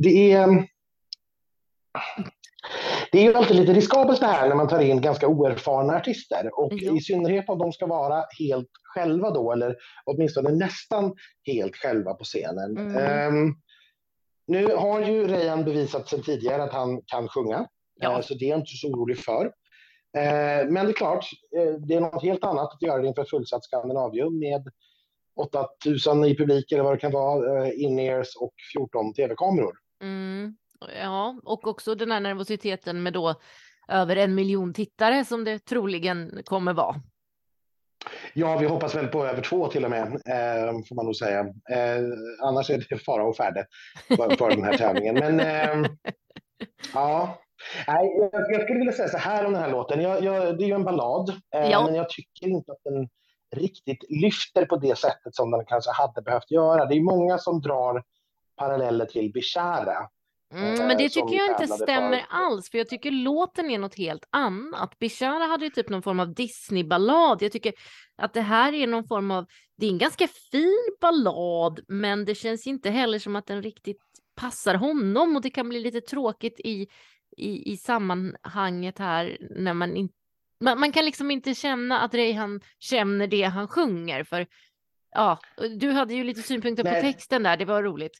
Det är ju alltid lite riskabelt det här när man tar in ganska oerfarna artister, och i synnerhet om de ska vara helt själva då, eller åtminstone nästan helt själva på scenen. Nu har ju Rayhan bevisat sedan tidigare att han kan sjunga, så det är jag inte så orolig för. Men det är klart, det är något helt annat att göra det inför fullsatt Skandinavium med 8000 i publik eller vad det kan vara, in-ears och 14 tv-kameror. Ja, och också den här nervositeten med då över 1 miljon tittare som det troligen kommer vara. Ja, vi hoppas väl på över 2 till och med, får man nog säga. Annars är det fara och färde för den här tävlingen. Men ja, jag skulle vilja säga så här om den här låten. Det är ju en ballad, men jag tycker inte att den riktigt lyfter på det sättet som den kanske hade behövt göra. Det är många som drar paralleller till Bishara. Men det tycker jag inte stämmer alls, för jag tycker låten är något helt annat. Bishara hade ju typ någon form av Disney-ballad. Jag tycker att det här är någon form av, det är en ganska fin ballad, men det känns inte heller som att den riktigt passar honom, och det kan bli lite tråkigt i sammanhanget här när man kan liksom inte känna att Rayhan känner det han sjunger. För ja, du hade ju lite synpunkter på texten där, det var roligt.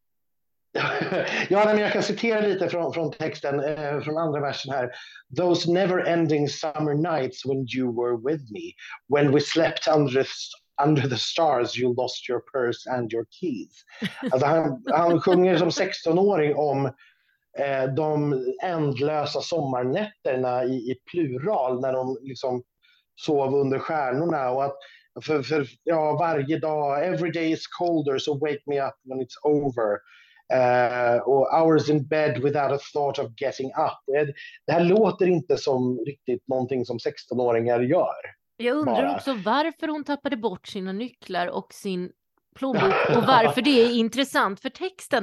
Ja, men jag kan citera lite från texten, från andra versen här. Those never-ending summer nights when you were with me, when we slept under the stars, you lost your purse and your keys. Alltså han sjunger som 16-åring om de ändlösa sommarnätterna i plural när de liksom sov under stjärnorna, och att för varje dag, every day is colder, so wake me up when it's over. Och hours in bed without a thought of getting up. Det här låter inte som riktigt någonting som 16-åringar gör. Jag undrar också varför hon tappade bort sina nycklar och sin plånbok, och varför det är intressant för texten.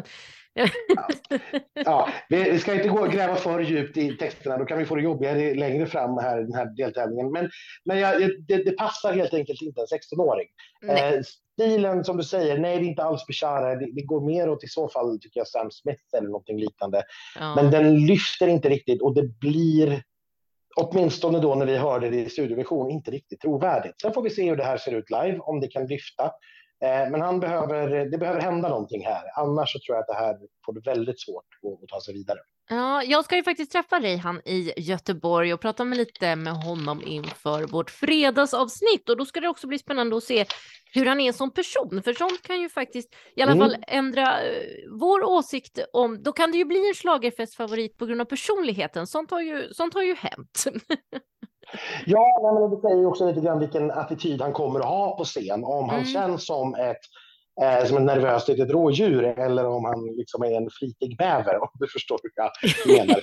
Ja, vi ska inte gå och gräva för djupt i texterna, då kan vi få det jobbigare längre fram här, den här deltävlingen. Men det passar helt enkelt inte en 16-åring. Stilen som du säger, nej, det är inte alls Bishara, det går mer åt i så fall tycker jag Sam Smith eller någonting liknande. Men den lyfter inte riktigt, och det blir åtminstone då när vi hörde det i studioversion, inte riktigt trovärdigt. Sen får vi se hur det här ser ut live, om det kan lyfta. Men det behöver hända någonting här. Annars så tror jag att det här får det väldigt svårt att ta sig vidare. Ja, jag ska ju faktiskt träffa Reihan i Göteborg och prata lite med honom inför vårt fredagsavsnitt. Och då ska det också bli spännande att se hur han är som person. För sånt kan ju faktiskt i alla fall ändra vår åsikt om... Då kan det ju bli en schlagerfestfavorit på grund av personligheten. Sånt har ju hänt. Ja, men det säger ju också lite grann vilken attityd han kommer att ha på scen. Om han känns som ett nervöst litet rådjur eller om han liksom är en flitig bäver, om du förstår hur jag menar.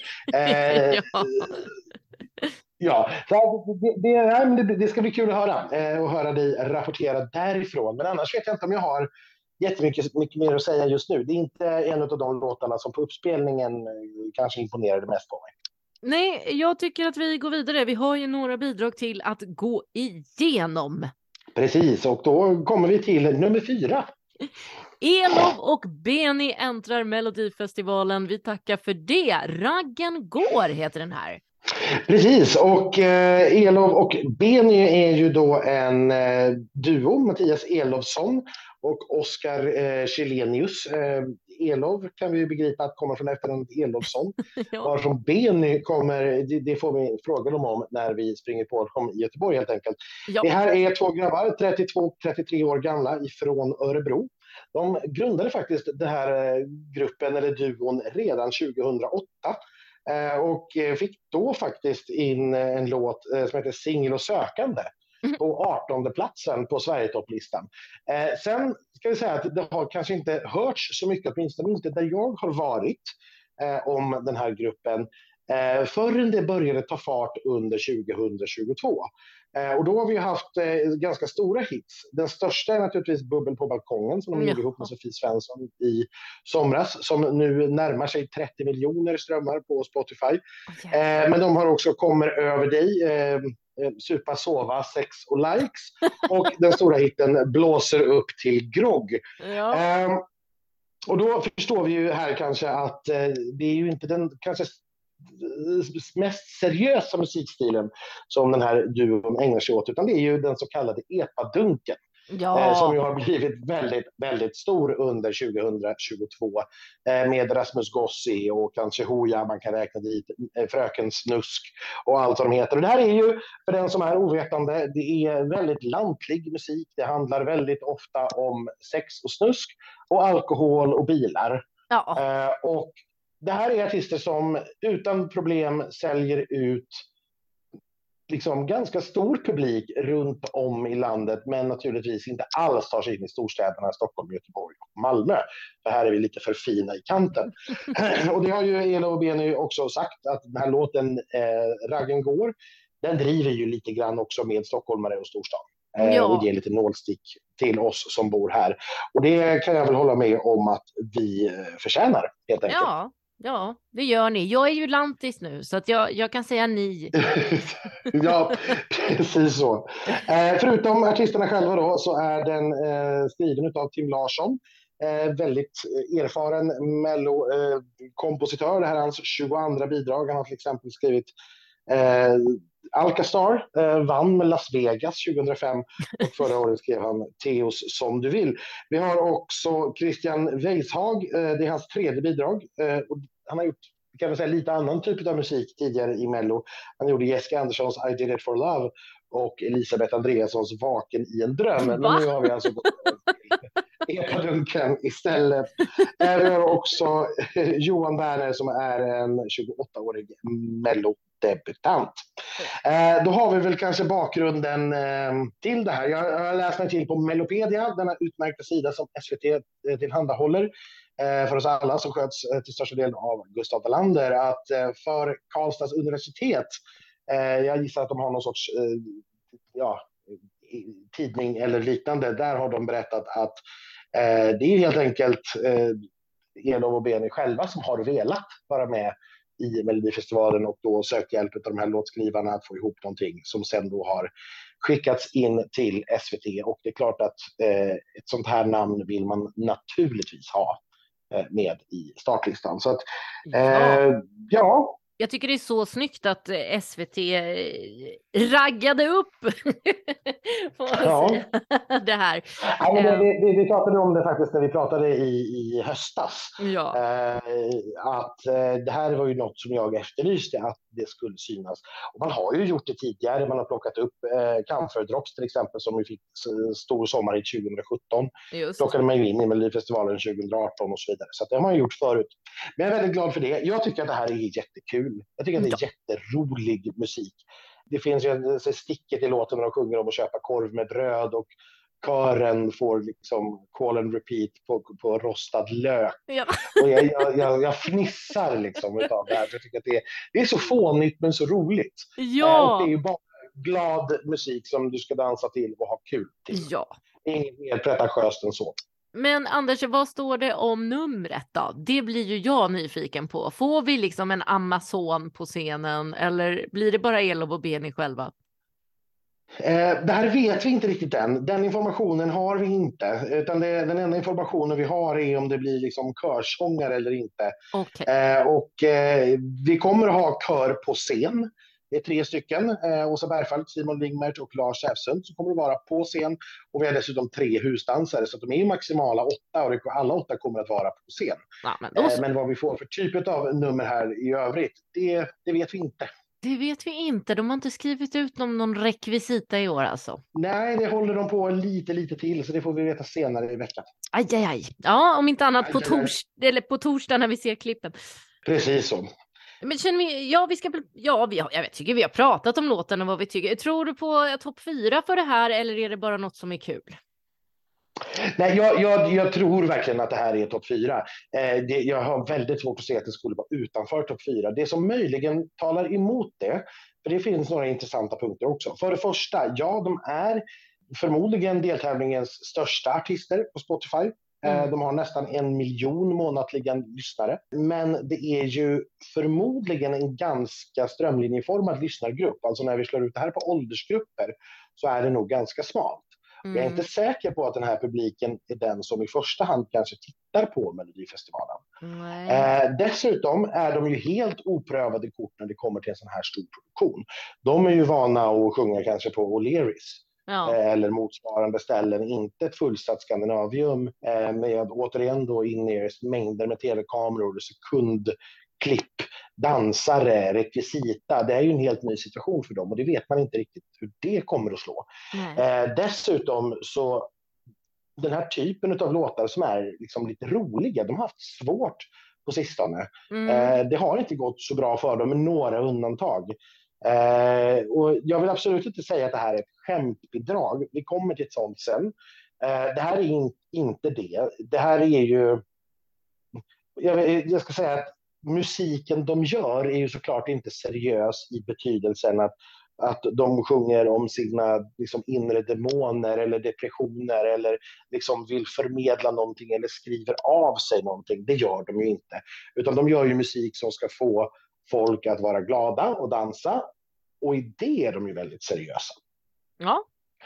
Det ska bli kul att höra och höra dig rapportera därifrån. Men annars vet jag inte om jag har jättemycket mer att säga just nu. Det är inte en av de låtarna som på uppspelningen kanske imponerade mest på mig. Nej, jag tycker att vi går vidare. Vi har ju några bidrag till att gå igenom. Precis, och då kommer vi till nummer 4. Elov och Beni äntrar Melodifestivalen. Vi tackar för det. Raggen går heter den här. Precis, och Elov och Beni är ju då en duo, Mattias Elofsson och Oskar Källenius. Elov kan vi ju begripa att kommer från efternamnet Elofsson. Ja. Varifrån Beni kommer, det får vi fråga dem om när vi springer på dem i Göteborg helt enkelt. Ja. Det här är 2 grabbar, 32-33 år gamla ifrån Örebro. De grundade faktiskt den här gruppen eller duon redan 2008. Och fick då faktiskt in en låt som heter Singel och sökande på 18:e platsen på Sverigetopplistan. Sen ska vi säga att det har kanske inte hörts så mycket, åtminstone inte där jag har varit, om den här gruppen förrän det började ta fart under 2022. Och då har vi haft ganska stora hits. Den största är naturligtvis Bubbel på balkongen som de gjorde ihop med Sofie Svensson i somras, som nu närmar sig 30 miljoner strömmar på Spotify. Men de har också Kommer över dig, Supa, sova, sex och likes. Och den stora hitten Blåser upp till grogg. Ja. Och då förstår vi ju här kanske att det är ju inte den kanske mest seriösa musikstilen som den här duon ägnar sig åt, utan det är ju den så kallade epadunken. Som ju har blivit väldigt, väldigt stor under 2022 med Rasmus Gossi och kanske Hoja, man kan räkna dit Fröken Snusk och allt vad de heter. Och det här är ju, för den som är ovetande, det är väldigt lantlig musik. Det handlar väldigt ofta om sex och snusk och alkohol och bilar. Och det här är artister som utan problem säljer ut liksom ganska stor publik runt om i landet, men naturligtvis inte alls tar sig in i storstäderna Stockholm, Göteborg och Malmö. För här är vi lite för fina i kanten. Och det har ju Elov och Beni också sagt, att den här låten Raggen går, den driver ju lite grann också med stockholmare och storstad. Och ger lite nålstick till oss som bor här. Och det kan jag väl hålla med om att vi förtjänar helt enkelt. Ja, det gör ni. Jag är ju lantis nu, så att jag kan säga ni. Ja, precis så. Förutom artisterna själva då, så är den skriven av Tim Larsson. Väldigt erfaren mello-kompositör. Det här är hans 22:a bidrag. Han har till exempel skrivit Alcastar, vann med Las Vegas 2005 och förra året skrev han Teos som du vill. Vi har också Christian Weishag, det är hans 3:e bidrag. Och han har gjort, kan man säga, lite annan typ av musik tidigare i Mello. Han gjorde Jessica Anderssons I Did It For Love och Elisabeth Andreassons Vaken i en dröm. Men nu har vi alltså gått epadunken istället. Vi har också Johan Werner som är en 28-årig Mello-debutant. Då har vi väl kanske bakgrunden till det här. Jag har läst mig till på Mellopedia, denna utmärkta sida som SVT tillhandahåller för oss alla, som sköts till största delen av Gustav Wallander, att för Karlstads universitet, jag gissar att de har någon sorts tidning eller liknande, där har de berättat att det är helt enkelt Elov och Beni själva som har velat vara med i Melodifestivalen och då sökt hjälp av de här låtskrivarna att få ihop någonting som sen då har skickats in till SVT. Och det är klart att ett sånt här namn vill man naturligtvis ha med i startlistan. Så att, Jag tycker det är så snyggt att SVT raggade upp får man säga, det här. Ja, men vi pratade om det faktiskt när vi pratade i höstas. Ja. Att det här var ju något som jag efterlyste, att det skulle synas. Och man har ju gjort det tidigare. Man har plockat upp Camphor Drops till exempel, som vi fick stor sommar i 2017. Just. Plockade man ju in i Melodifestivalen 2018 och så vidare. Så det har man gjort förut. Men jag är väldigt glad för det. Jag tycker att det här är jättekul. Jag tycker att det är jätterolig musik. Det finns ju sticket i låten när de sjunger om att köpa korv med bröd, och kören får liksom call and repeat på rostad lök. Ja. Och jag fnissar liksom utav det här. Jag tycker att det är så fånigt men så roligt. Ja. Och det är ju bara glad musik som du ska dansa till och ha kul till. Ja. Inget mer pretentiöst än så. Men Anders, vad står det om numret då? Det blir ju jag nyfiken på. Får vi liksom en Amazon på scenen, eller blir det bara Elof och Benny själva? Det här vet vi inte riktigt än. Den informationen har vi inte. Utan den enda informationen vi har är om det blir liksom körsångare eller inte. Okay. Vi kommer att ha kör på scen. Det är 3 stycken. Åsa Bergfalk, Simon Wingmert och Lars Säfsund som kommer att vara på scen. Och vi har dessutom 3 husdansare. Så att de är maximala 8 och alla 8 kommer att vara på scen. Ja, men vad vi får för typ av nummer här i övrigt, det vet vi inte. Det vet vi inte. De har inte skrivit ut någon rekvisita i år alltså. Nej, det håller de på lite till, så det får vi veta senare i veckan. Aj. Ja, om inte annat på torsdag när vi ser klippen. Precis så. Men känner vi, jag tycker vi har pratat om låten och vad vi tycker. Tror du på topp 4 för det här, eller är det bara något som är kul? Nej, jag tror verkligen att det här är topp 4. Jag har väldigt svårt att se att det skulle vara utanför topp 4. Det som möjligen talar emot det, för det finns några intressanta punkter också. För det första, de är förmodligen deltävlingens största artister på Spotify. De har nästan 1 miljon månatliga lyssnare. Men det är ju förmodligen en ganska strömlinjeformad lyssnargrupp. Alltså när vi slår ut det här på åldersgrupper så är det nog ganska smalt. Jag är inte säker på att den här publiken är den som i första hand kanske tittar på Melodifestivalen. Dessutom är de ju helt oprövade kort när det kommer till en sån här stor produktion. De är ju vana att sjunga kanske på O'Learys. Ja. Eller motsvarande ställen, inte ett fullsatt Skandinavium med återigen då in-ears, mängder med tv-kameror, sekundklipp, dansare, rekvisita. Det är ju en helt ny situation för dem och det vet man inte riktigt hur det kommer att slå. Dessutom så den här typen av låtar som är liksom lite roliga, de har haft svårt på sistone. Det har inte gått så bra för dem med några undantag. Och jag vill absolut inte säga att det här är ett skämtbidrag. Vi kommer till ett sånt sen. Det här är inte det. Det här är ju... Jag ska säga att musiken de gör är ju såklart inte seriös i betydelsen att de sjunger om sina liksom inre demoner eller depressioner eller liksom vill förmedla någonting eller skriver av sig någonting. Det gör de ju inte. Utan de gör ju musik som ska få folk att vara glada och dansa. Och i det är de ju väldigt seriösa. Ja.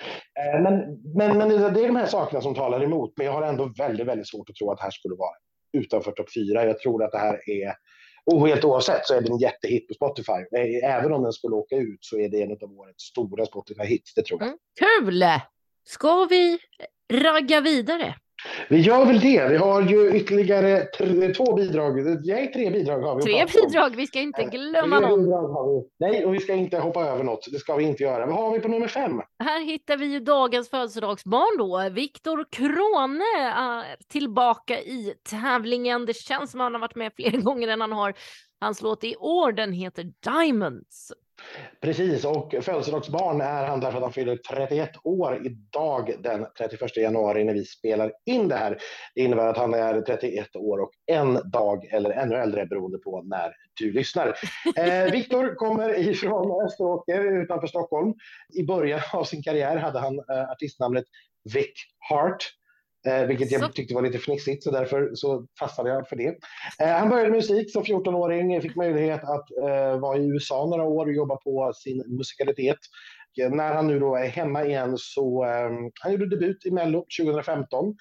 Men det är de här sakerna som talar emot. Men jag har ändå väldigt, väldigt svårt att tro att det här skulle vara utanför topp 4. Jag tror att det här är, och helt oavsett så är det en jättehit på Spotify. Även om den skulle åka ut så är det en av årets stora Spotify-hits, det tror jag. Kul! Ska vi ragga vidare? Vi gör väl det. Vi har ju ytterligare 2 bidrag. 3 bidrag har vi. 3 bidrag, vi ska inte glömma någon. Nej, och vi ska inte hoppa över något. Det ska vi inte göra. Vad har vi på nummer 5? Här hittar vi ju dagens födelsedagsbarn då. Viktor Krone är tillbaka i tävlingen. Det känns som att han har varit med fler gånger än han har. Hans låt i år, den heter Diamonds. Precis, och födelsedagsbarn är han därför att han fyller 31 år idag den 31 januari när vi spelar in det här. Det innebär att han är 31 år och en dag eller ännu äldre beroende på när du lyssnar. Viktor kommer ifrån Österåker utanför Stockholm. I början av sin karriär hade han artistnamnet Vic Hart. Vilket jag tyckte var lite fnissigt, så därför så fastnade jag för det. Han började musik som 14-åring, fick möjlighet att vara i USA några år och jobba på sin musikalitet. När han nu då är hemma igen så han gjorde debut i Mello 2015.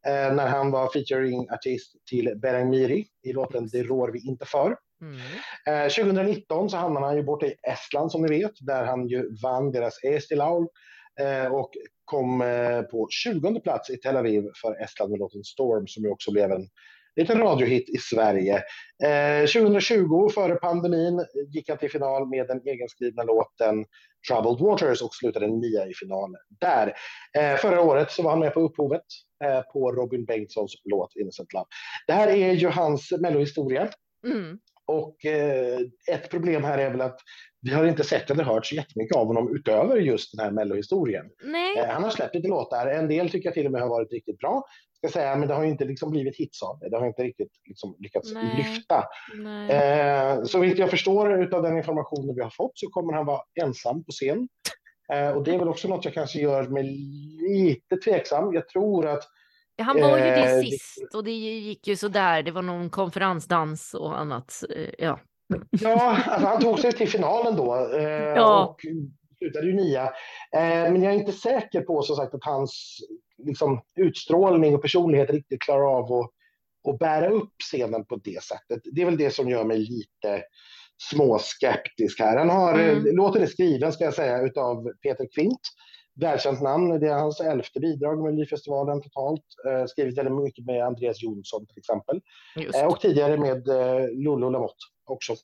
när han var featuring-artist till Berang Miri i låten Det rår vi inte för. 2019 så hamnade han ju borta i Estland som ni vet, där han ju vann deras Eesti Laul och kom på 20:e plats i Tel Aviv för Estland med låten Storm, som ju också blev en liten radiohit i Sverige. 2020 före pandemin gick han till final med den egenskrivna låten Troubled Waters och slutade 9 i finalen där. Förra året så var han med på upphovet på Robin Bengtssons låt Innocent Love. Det här är ju hans mellohistoria. Och ett problem här är väl att vi har inte sett eller hört så jättemycket av honom utöver just den här mellohistorien. Han har släppt lite låtar. En del tycker jag till och med har varit riktigt bra. Ska säga, men det har ju inte liksom blivit hits av det. Det har inte riktigt liksom lyckats lyfta. Så vitt jag förstår av den informationen vi har fått så kommer han vara ensam på scen. Och det är väl också något jag kanske gör mig lite tveksam. Jag tror att han var ju det sist och det gick ju så där. Det var någon konferensdans och annat. Ja, alltså han tog sig till finalen då och slutade ju 9. Men jag är inte säker på så sagt att hans liksom, utstrålning och personlighet riktigt klarar av att bära upp scenen på det sättet. Det är väl det som gör mig lite småskeptisk här. Han har, låten är skriven ska jag säga utav Peter Kvint. Välkänt namn, det är hans 11:e bidrag med Melodifestivalen totalt. Skrivit väldigt mycket med Andreas Jonsson till exempel. Och tidigare med Lolo Lamotte också.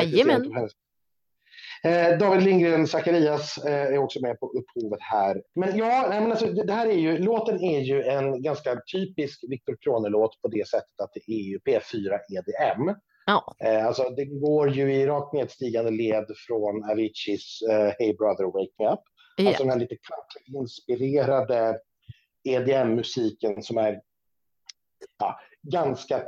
David Lindgren Zacharias är också med på upphovet här. Men alltså, det här är ju, låten är ju en ganska typisk Viktor Krone-låt på det sättet att det är ju P4 EDM. Alltså det går ju i rakt nedstigande led från Aviciis Hey Brother Wake Me Up. Alltså den här lite inspirerade EDM-musiken som är ganska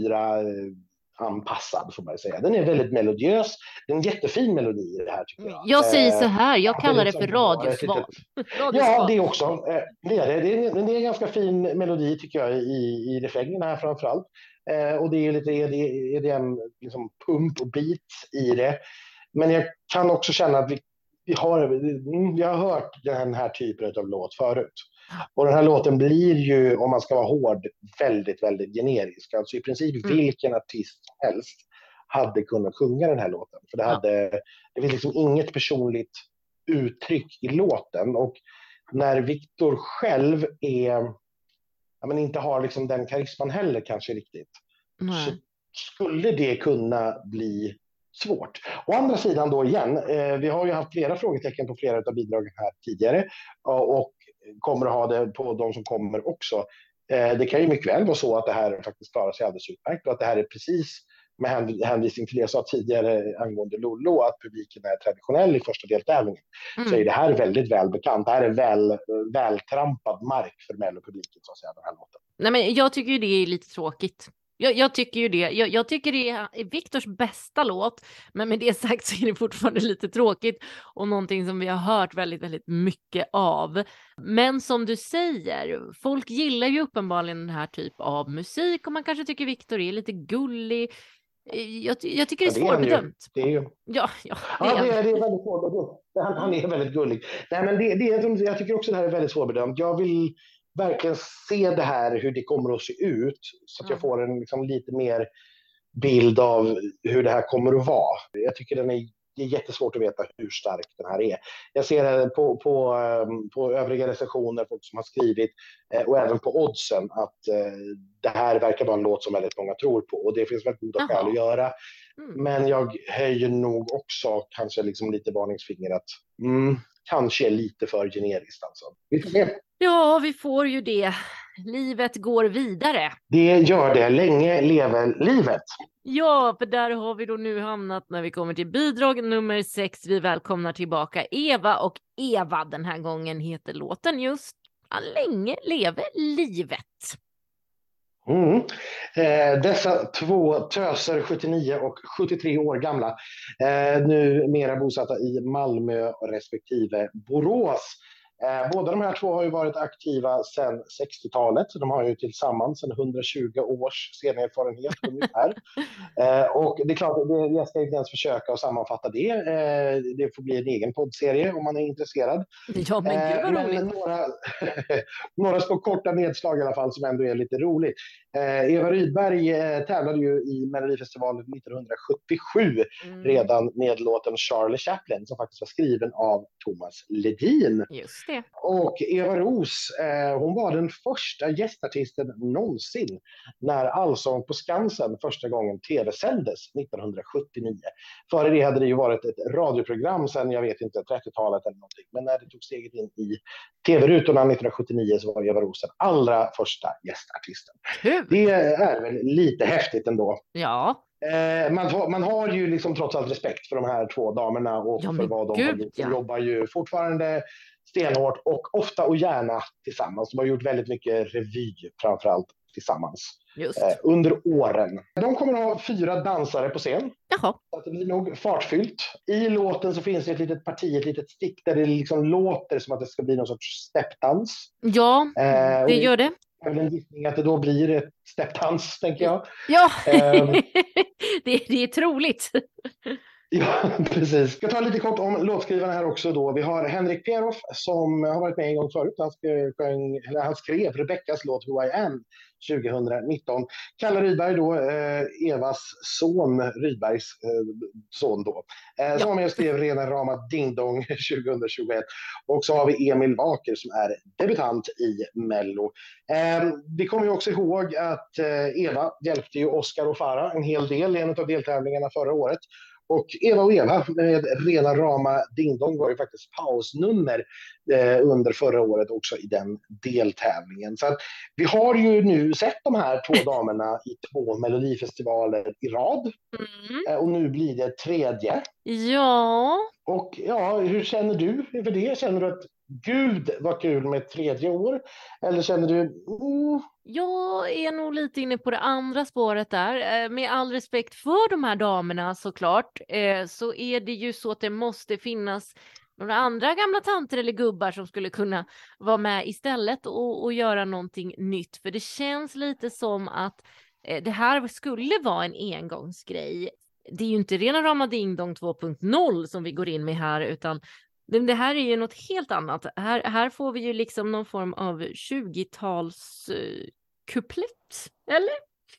P4-anpassad får man säga. Den är väldigt melodiös. Det är en jättefin melodi i det här tycker jag. Jag säger så här, jag kallar det för radiosvar. Ja, det också. Det är en ganska fin melodi tycker jag i refrängen här framförallt. Och det är lite EDM, liksom pump och beat i det. Men jag kan också känna att vi har hört den här typen av låt förut. Och den här låten blir ju, om man ska vara hård, väldigt, väldigt generisk. Alltså i princip vilken artist som helst hade kunnat sjunga den här låten. För det finns liksom inget personligt uttryck i låten. Och när Viktor själv inte har liksom den karisman heller kanske riktigt. Så skulle det kunna bli svårt. Å andra sidan då igen, vi har ju haft flera frågetecken på flera av bidragen här tidigare och kommer att ha det på de som kommer också. Det kan ju mycket väl vara så att det här faktiskt klarar sig alldeles utmärkt och att det här är precis med hänvisning till det jag sa tidigare angående Lollo, att publiken är traditionell i första deltävlingen. Så är det här väldigt välbekant. Det här är vältrampad mark för Mello-publiken så att säga, den här låten. Nej, men jag tycker ju det är lite tråkigt. Jag tycker ju det. Jag tycker det är Viktors bästa låt, men med det sagt så är det fortfarande lite tråkigt och någonting som vi har hört väldigt, väldigt mycket av. Men som du säger, folk gillar ju uppenbarligen den här typ av musik och man kanske tycker Viktor är lite gullig. Jag tycker det är svårbedömt. Det är väldigt svårbedömt. Han är väldigt gullig. Nej, men jag tycker också det här är väldigt svårbedömt. Jag vill verkligen se det här, hur det kommer att se ut så att jag får en liksom lite mer bild av hur det här kommer att vara. Jag tycker det är jättesvårt att veta hur stark den här är. Jag ser det på övriga recensioner, folk som har skrivit och även på oddsen att det här verkar vara en låt som väldigt många tror på och det finns väldigt goda skäl att göra. Men jag höjer nog också kanske liksom lite varningsfinger att kanske är lite för generiskt alltså. Vi får se. Ja, vi får ju det. Livet går vidare. Det gör det. Länge lever livet. Ja, för där har vi då nu hamnat när vi kommer till bidrag nummer 6. Vi välkomnar tillbaka Eva och Eva. Den här gången heter låten just Länge lever livet. Dessa två töser, 79 och 73 år gamla, nu mera bosatta i Malmö respektive Borås, Båda de här två har ju varit aktiva sedan 60-talet. Så de har ju tillsammans en 120 års scenerfarenhet ungefär. Och det är klart, jag ska inte ens försöka att sammanfatta det. Det får bli en egen poddserie om man är intresserad. Ja, men gud vad roligt. Några små korta nedslag i alla fall som ändå är lite roligt. Eva Rydberg tävlade ju i Melodifestivalen 1977 redan med låten Charlie Chaplin som faktiskt var skriven av Thomas Ledin. Just det. Och Eva Roos, hon var den första gästartisten någonsin när Allsång på Skansen första gången tv-sändes 1979. Före det hade det ju varit ett radioprogram sedan, jag vet inte, 30-talet eller någonting. Men när det tog steget in i tv-rutorna 1979 så var Eva Roos den allra första gästartisten. Det är väl lite häftigt ändå. Ja. Man har ju liksom trots allt respekt för de här två damerna och för vad de har gjort. De jobbar ju fortfarande stenhårt och ofta och gärna tillsammans. De har gjort väldigt mycket revy framförallt tillsammans under åren. De kommer att ha 4 dansare på scen. Jaha. Så det blir nog fartfyllt. I låten så finns det ett litet parti, ett litet stick där det liksom låter som att det ska bli någon sorts steppdans. Ja, det gör det. Jag har en gissning att det då blir ett steppdans, tänker jag. Ja, det är troligt. Ja, precis. Jag tar lite kort om låtskrivarna här också då. Vi har Henrik Pieroff som har varit med en gång förut. Han skrev Rebeckas låt Who I Am 2019. Kalle Rydberg då, Evas son, Rydbergs son då. Som var med och skrev Rena rama Ding Dong 2021. Och så har vi Emil Waker som är debutant i Mello. Vi kommer ju också ihåg att Eva hjälpte ju Oscar och Farah en hel del i en av deltävlingarna förra året. Och Eva och Eva med Rena rama Ding Dong var ju faktiskt pausnummer under förra året också i den deltävlingen. Så att vi har ju nu sett de här 2 damerna i 2 melodifestivaler i rad. Och nu blir det 3:e. Ja. Och ja, hur känner du för det? Känner du att gud vad kul med 3:e år? Eller känner du... Jag är nog lite inne på det andra spåret där. Med all respekt för de här damerna såklart, så är det ju så att det måste finnas några andra gamla tanter eller gubbar som skulle kunna vara med istället och göra någonting nytt. För det känns lite som att det här skulle vara en engångsgrej. Det är ju inte Rena rama Ding Dong 2.0 som vi går in med här, utan det här är ju något helt annat. Här får vi ju liksom någon form av 20-tals kuplett, eller?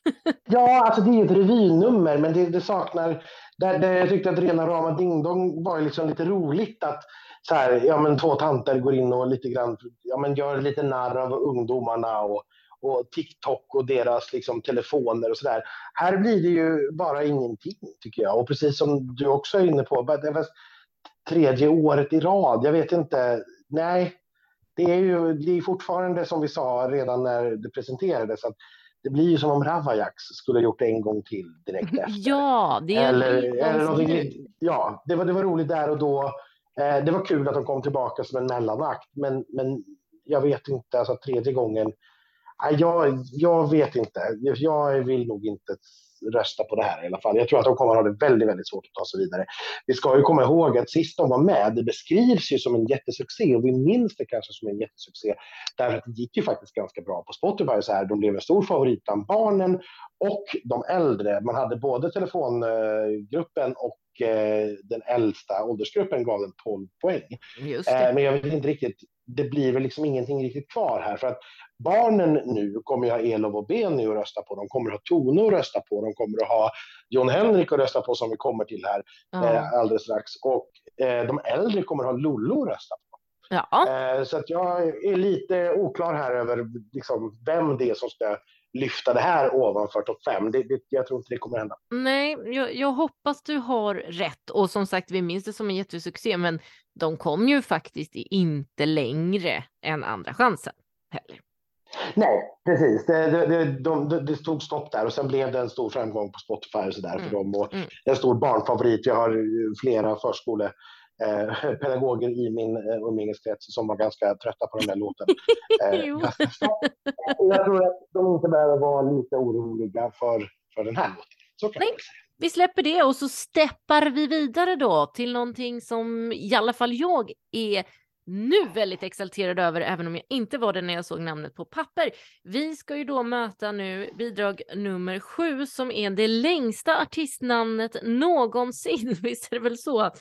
Ja, alltså det är ju ett revynummer, men det saknar... Där jag tyckte att Rena rama Ding Dong var liksom lite roligt att så här, ja, men 2 tanter går in och lite grann, ja, men gör lite narr av ungdomarna och TikTok och deras liksom telefoner och sådär. Här blir det ju bara ingenting, tycker jag. Och precis som du också är inne på, det var 3:e året i rad. Jag vet inte. Nej, det är fortfarande som vi sa redan när det presenterades att det blir ju som om Ravaillax skulle gjort det en gång till direkt efter. Ja, det är eller någonting. Ja, det var roligt där och då. Det var kul att de kom tillbaka som en mellanakt, men jag vet inte, alltså 3:e gången. Jag vet inte. Jag vill nog inte rösta på det här i alla fall. Jag tror att de kommer att ha det väldigt, väldigt svårt att ta sig vidare. Vi ska ju komma ihåg att sist de var med, det beskrivs ju som en jättesuccé och vi minns det kanske som en jättesuccé därför att det gick ju faktiskt ganska bra på Spotify så här. De blev en stor favorit bland barnen och de äldre. Man hade både telefongruppen och den äldsta åldersgruppen gav den 12 poäng. Just det. Men jag vet inte riktigt, det blir väl liksom ingenting riktigt kvar här för att barnen nu kommer ju ha Elof och Benny att rösta på, de kommer ha Tone att rösta på, de kommer att ha Jon Henrik att rösta på som vi kommer till här alldeles strax och de äldre kommer att ha Lollo att rösta på. Ja. Så att jag är lite oklar här över liksom, vem det är som ska lyfta det här ovanför topp 5. Jag tror inte det kommer hända. Nej, jag hoppas du har rätt. Och som sagt, vi minns det som en jättesuccé, men de kom ju faktiskt inte längre än Andra chansen heller. Nej, precis. Det stod stopp där och sen blev det en stor framgång på Spotify och så där för dem. Och en stor barnfavorit. Jag har flera förskolepedagoger i min umgängeskrets som var ganska trötta på den där låten. Jag tror att de inte behöver vara lite oroliga för den här låten. Så kan Nej, vi släpper det och så steppar vi vidare då till någonting som i alla fall jag är nu väldigt exalterad över, även om jag inte var det när jag såg namnet på papper. Vi ska ju då möta nu bidrag nummer 7 som är det längsta artistnamnet någonsin. Visst är det väl så?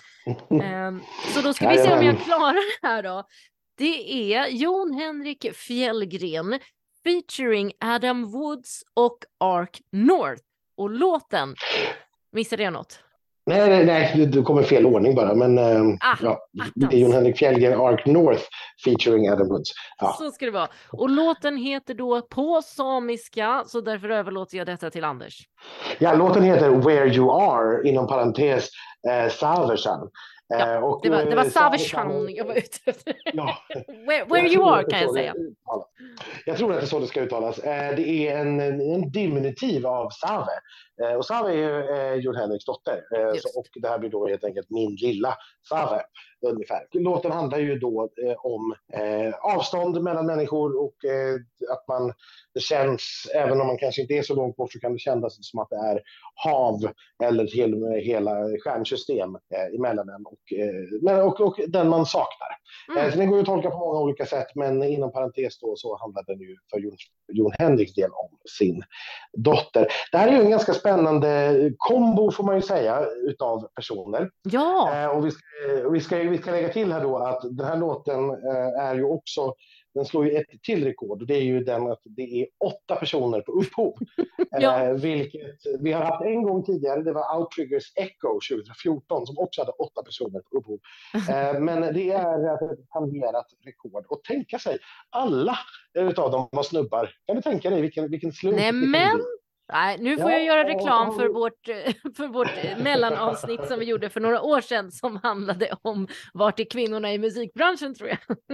Så då ska vi se om jag klarar det här då. Det är Jon Henrik Fjällgren featuring Adam Woods och Ark North. Och låten, missade jag något? Nej, du kommer fel ordning bara. Men det är Jon Henrik Fjällgren, Ark North featuring Adam Woods. Ja. Så ska det vara. Och låten heter då på samiska, så därför överlåter jag detta till Anders. Ja, låten heter Where You Are, inom parentes Saversan. Ja, och, det var Saversan jag var ute efter. Ja. Where You Are kan jag säga. Jag tror att det är så det ska uttalas. Det är en diminutiv av Save. Och Save är ju Jon Henriks dotter. Och det här blir då helt enkelt min lilla Save ungefär. Låten handlar ju då om avstånd mellan människor och att det känns, även om man kanske inte är så långt bort, så kan det kännas som att det är hav eller till och med hela stjärnsystem emellan en och den man saknar. Så det går ju att tolka på många olika sätt, men inom parentes då så handlar det nu för Jon Henriks del om sin dotter. Det här är ju en ganska spännande kombo, får man ju säga, utav personer. Ja. Och vi ska lägga till här då att den här låten är ju också, den slår ju ett till rekord, och det är ju den att det är 8 personer på upphov. Vilket vi har haft en gång tidigare, det var Outriggers Echo 2014 som också hade 8 personer på upphov. Men det är ett tangerat rekord. Och tänka sig, alla utav dem var snubbar. Kan du tänka dig vilken slump? Nej, nu får jag göra reklam för vårt mellanavsnitt som vi gjorde för några år sedan som handlade om vart är kvinnorna i musikbranschen, tror jag.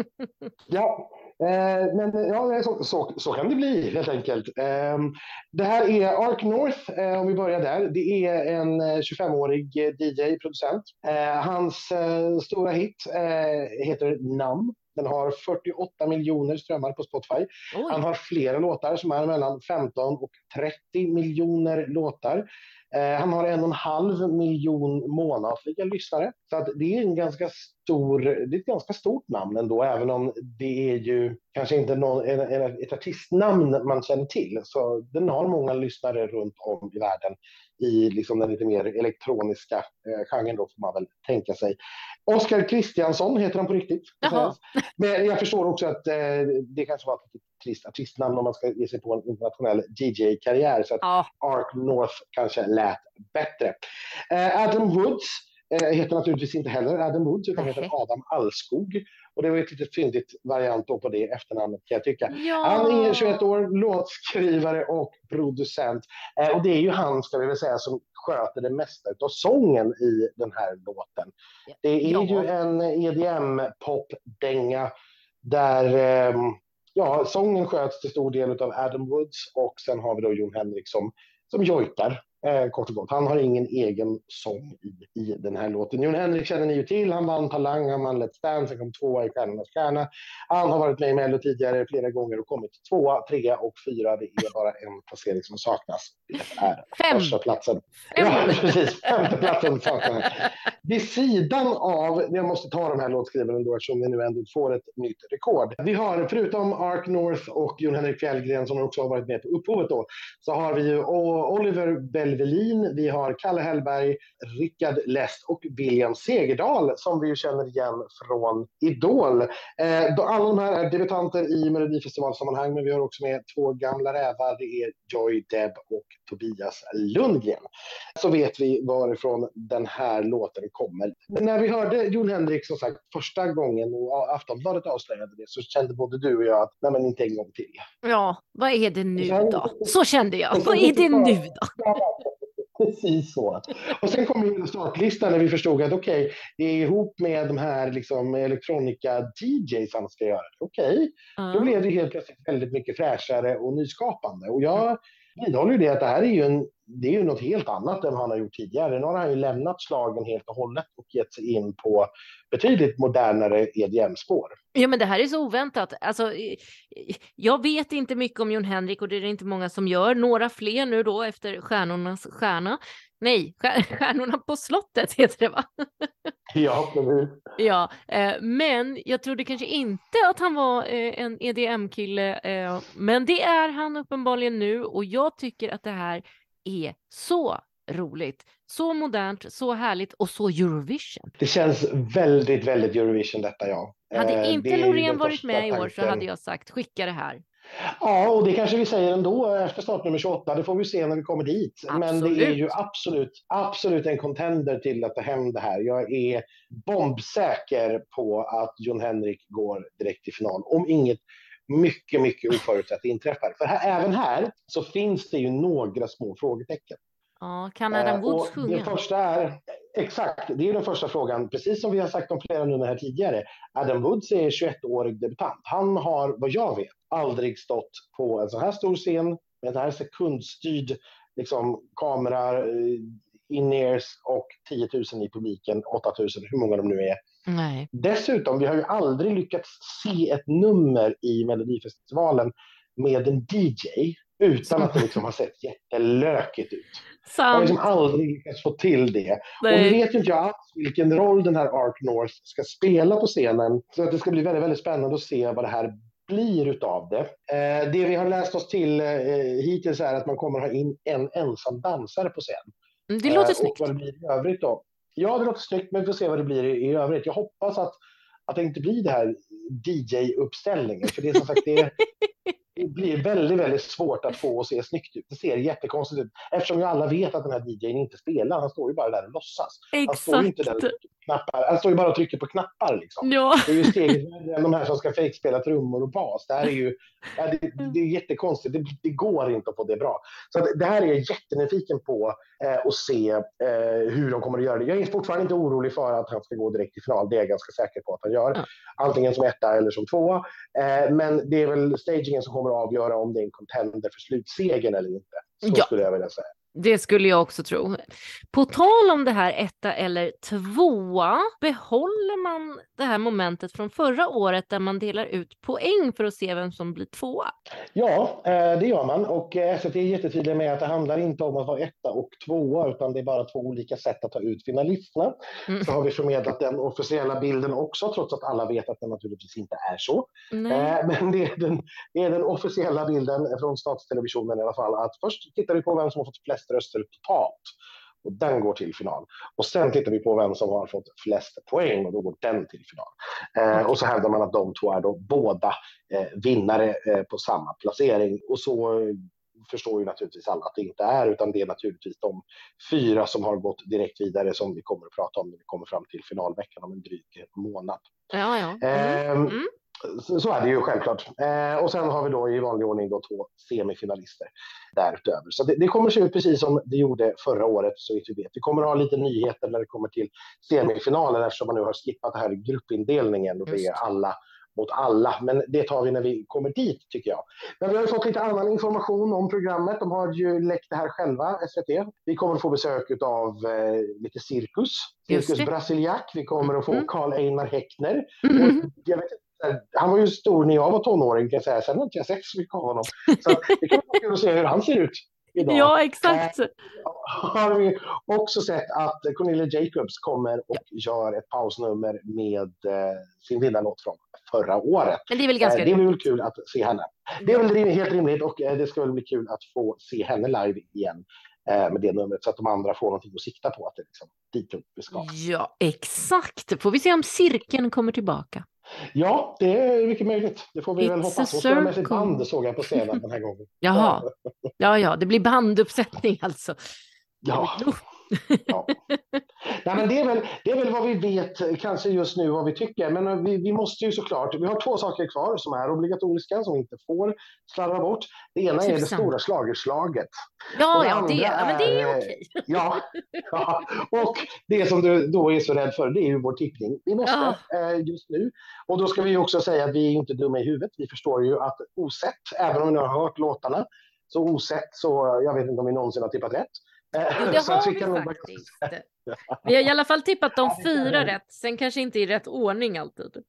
Så kan det bli helt enkelt. Det här är Ark North, om vi börjar där. Det är en 25-årig DJ-producent. Hans stora hit heter Numb. Den har 48 miljoner strömmar på Spotify. Oj. Han har flera låtar som är mellan 15 och 30 miljoner låtar. Han har 1,5 miljon månadliga lyssnare. Så att det är ett ganska stort namn ändå, även om det är ju kanske inte ett artistnamn man känner till. Så den har många lyssnare runt om i världen i liksom den lite mer elektroniska genren då, får man väl tänka sig. Oskar Kristiansson heter han på riktigt. Men jag förstår också att det kanske var ett trist artistnamn om man ska ge sig på en internationell DJ-karriär, så att Ark North kanske lät bättre. Adam Woods heter naturligtvis inte heller Adam Woods, utan heter Adam Allskog. Och det var ett lite fyndigt variant på det efternamnet, kan jag tycka. Ja. Han är 21 år, låtskrivare och producent. Och det är ju han, ska vi väl säga, som sköter det mesta av sången i den här låten. Det är ju en EDM-pop-dänga där sången sköts till stor del av Adam Woods, och sen har vi då Jon Henrik som jojkar. Kort och gott. Han har ingen egen sång i den här låten. Jon Henrik känner ni ju till. Han vann Talang, han vann Let's Dance, han kom 2 i Stjärnornas stjärna. Han har varit med i Mello tidigare flera gånger och kommit 2, 3 och 4. Det är bara en placering som saknas. Det är första platsen. Ja, precis. 5:e platsen saknas. Vid sidan av, jag måste ta de här låtskrivarna då, eftersom vi nu ändå får ett nytt rekord. Vi har, förutom Ark North och Jon Henrik Fjällgren som också har varit med på upphovet då, så har vi ju Oliver Belvelin, vi har Kalle Hellberg, Rickard Läst och William Segerdahl som vi ju känner igen från Idol. Alla de här är debutanter i Melodifestivalsammanhang, men vi har också med 2 gamla rävar, det är Joy Deb och Tobias Lundgren. Så vet vi varifrån den här låten kommer. När vi hörde Jon Henrik som sagt första gången och Aftonbladet avslöjade det, så kände både du och jag att nej, men inte en gång till. Ja, vad är det nu då? Så kände jag. Vad är det nu då? Precis så. Och sen kom ju startlistan när vi förstod att okej, det är ihop med de här liksom elektronika DJs han ska göra. Okej, då blev det helt plötsligt väldigt mycket fräschare och nyskapande. Och jag vidhåller ju det att det här är ju något helt annat än vad han har gjort tidigare. Nu har han ju lämnat slagen helt och hållet och gett sig in på betydligt modernare EDM-spår. Ja, men det här är så oväntat. Alltså, jag vet inte mycket om Jon Henrik och det är inte många som gör. Några fler nu då efter Stjärnornas stjärna. Nej, Stjärnorna på slottet heter det, va? Ja, men hur? Ja, men jag trodde kanske inte att han var en EDM-kille, men det är han uppenbarligen nu, och jag tycker att det här är så roligt, så modernt, så härligt och så Eurovision. Det känns väldigt, väldigt Eurovision detta, ja. Hade inte Det är ju Loreen den varit första med i år så tanken. hade jag sagt skicka det här. Ja, och det kanske vi säger ändå efter startnummer 28. Det får vi se när vi kommer dit. Men det är ju absolut en contender till att ta hem det här. Jag är bombsäker på att Jon Henrik går direkt till final. Om inget mycket, mycket oförutsett inträffar. För även här så finns det ju några små frågetecken. Ja, kan Adam Woods sjunga? Den första är, exakt, det är den första frågan. Precis som vi har sagt om flera nummer här tidigare. Adam Woods är 21-årig debutant. Han har, vad jag vet, aldrig stått på en så här stor scen med en här sekundstyrd liksom, kamera, in-ears och 10 000 i publiken, 8 000, hur många de nu är. Nej. Dessutom, vi har ju aldrig lyckats se ett nummer i Melodifestivalen med en DJ utan att det liksom har sett jättelökigt ut. Jag har liksom aldrig lyckats få till det. Nej. Och nu vet ju inte jag alls vilken roll den här Ark North ska spela på scenen. Så att det ska bli väldigt, väldigt spännande att se vad det här blir utav det. Det vi har läst oss till hittills är att man kommer ha in en ensam dansare på scen. Det låter snyggt. Och vad det blir i övrigt då. Ja, det låter snyggt, men vi får se vad det blir i övrigt. Jag hoppas att det inte blir det här DJ-uppställningen. För det är som sagt, det blir väldigt, väldigt svårt att få att se snyggt ut. Det ser jättekonstigt ut. Eftersom ju alla vet att den här DJ:n inte spelar. Han står ju bara där och låtsas. Han står ju inte där och trycker på knappar. Han står ju bara och trycker på knappar liksom. Ja. Det är ju steget än de här som ska fejkspela trummor och bas. Det här är ju det är jättekonstigt. Det går inte att få det bra. Så det här är jag jättenyfiken på att se hur de kommer att göra det. Jag är fortfarande inte orolig för att han ska gå direkt till final. Det är jag ganska säker på att han gör. Antingen som etta eller som tvåa. Men det är väl stagingen som kommer att avgöra om det är en contender för slutsegen eller inte. Så skulle jag vilja säga. Det skulle jag också tro. På tal om det här etta eller tvåa, behåller man det här momentet från förra året där man delar ut poäng för att se vem som blir tvåa? Ja, det gör man. Och SVT är jättetydlig med att det handlar inte om att vara etta och tvåa, utan det är bara två olika sätt att ta ut finalisterna. Så har vi förmedlat den officiella bilden också, trots att alla vet att det naturligtvis inte är så. Men det är den officiella bilden från Statstelevisionen i alla fall, att först tittar vi på vem som har fått flest röster totalt. Och den går till final. Och sen tittar vi på vem som har fått flest poäng och då går den till final. Och så hävdar man att de två är då båda vinnare på samma placering. Och så förstår ju naturligtvis alla att det inte är, utan det är naturligtvis de 4 som har gått direkt vidare som vi kommer att prata om när vi kommer fram till finalveckan om en dryg månad. Så är det ju självklart. Och sen har vi då i vanlig ordning då 2 semifinalister därutöver. Så det kommer se ut precis som det gjorde förra året, så vitt vi vet. Vi kommer att ha lite nyheter när det kommer till semifinalen, eftersom man nu har skippat det här gruppindelningen och det är alla mot alla. Men det tar vi när vi kommer dit, tycker jag. Men vi har fått lite annan information om programmet. De har ju läckt det här själva, SVT. Vi kommer att få besök av lite Cirkus Brasiliak. Vi kommer att få Carl Einar Häckner. Och jag vet inte, han var ju stor när jag var tonåring, kan jag säga. Sen har inte jag sett så mycket av honom. Så det kan vara kul att se hur han ser ut idag. Ja, exakt. Har vi också sett att Cornelia Jacobs kommer och gör ett pausnummer med sin vinnarlåt från förra året. Men det är väl ganska det är väl kul att se henne. Det är väl helt rimligt, och det ska väl bli kul att få se henne live igen med det numret, så att de andra får någonting att sikta på, att det liksom dit vi ska. Ja, exakt. Får vi se om cirkeln kommer tillbaka. Ja, det är mycket möjligt. Det får vi väl hoppas. Och ska med sitt band, såg jag på scenen den här gången. Jaha. Ja, det blir banduppsättning alltså. Ja. Ja. Nej, men det är väl vad vi vet kanske just nu, vad vi tycker. Men vi måste ju såklart, vi har 2 saker kvar som är obligatoriska, som vi inte får slarva bort. Det ena är det stora schlagerslaget. Men det är okej. Ja, och det som du då är så rädd för, det är ju vår tippning. Vi måste just nu. Och då ska vi också säga att vi är inte dumma i huvudet. Vi förstår ju att osett, även om ni har hört låtarna, så osett, så jag vet inte om vi någonsin har tippat rätt. Jo, det har vi faktiskt. Vi har i alla fall tippat de 4 rätt. Sen kanske inte i rätt ordning alltid.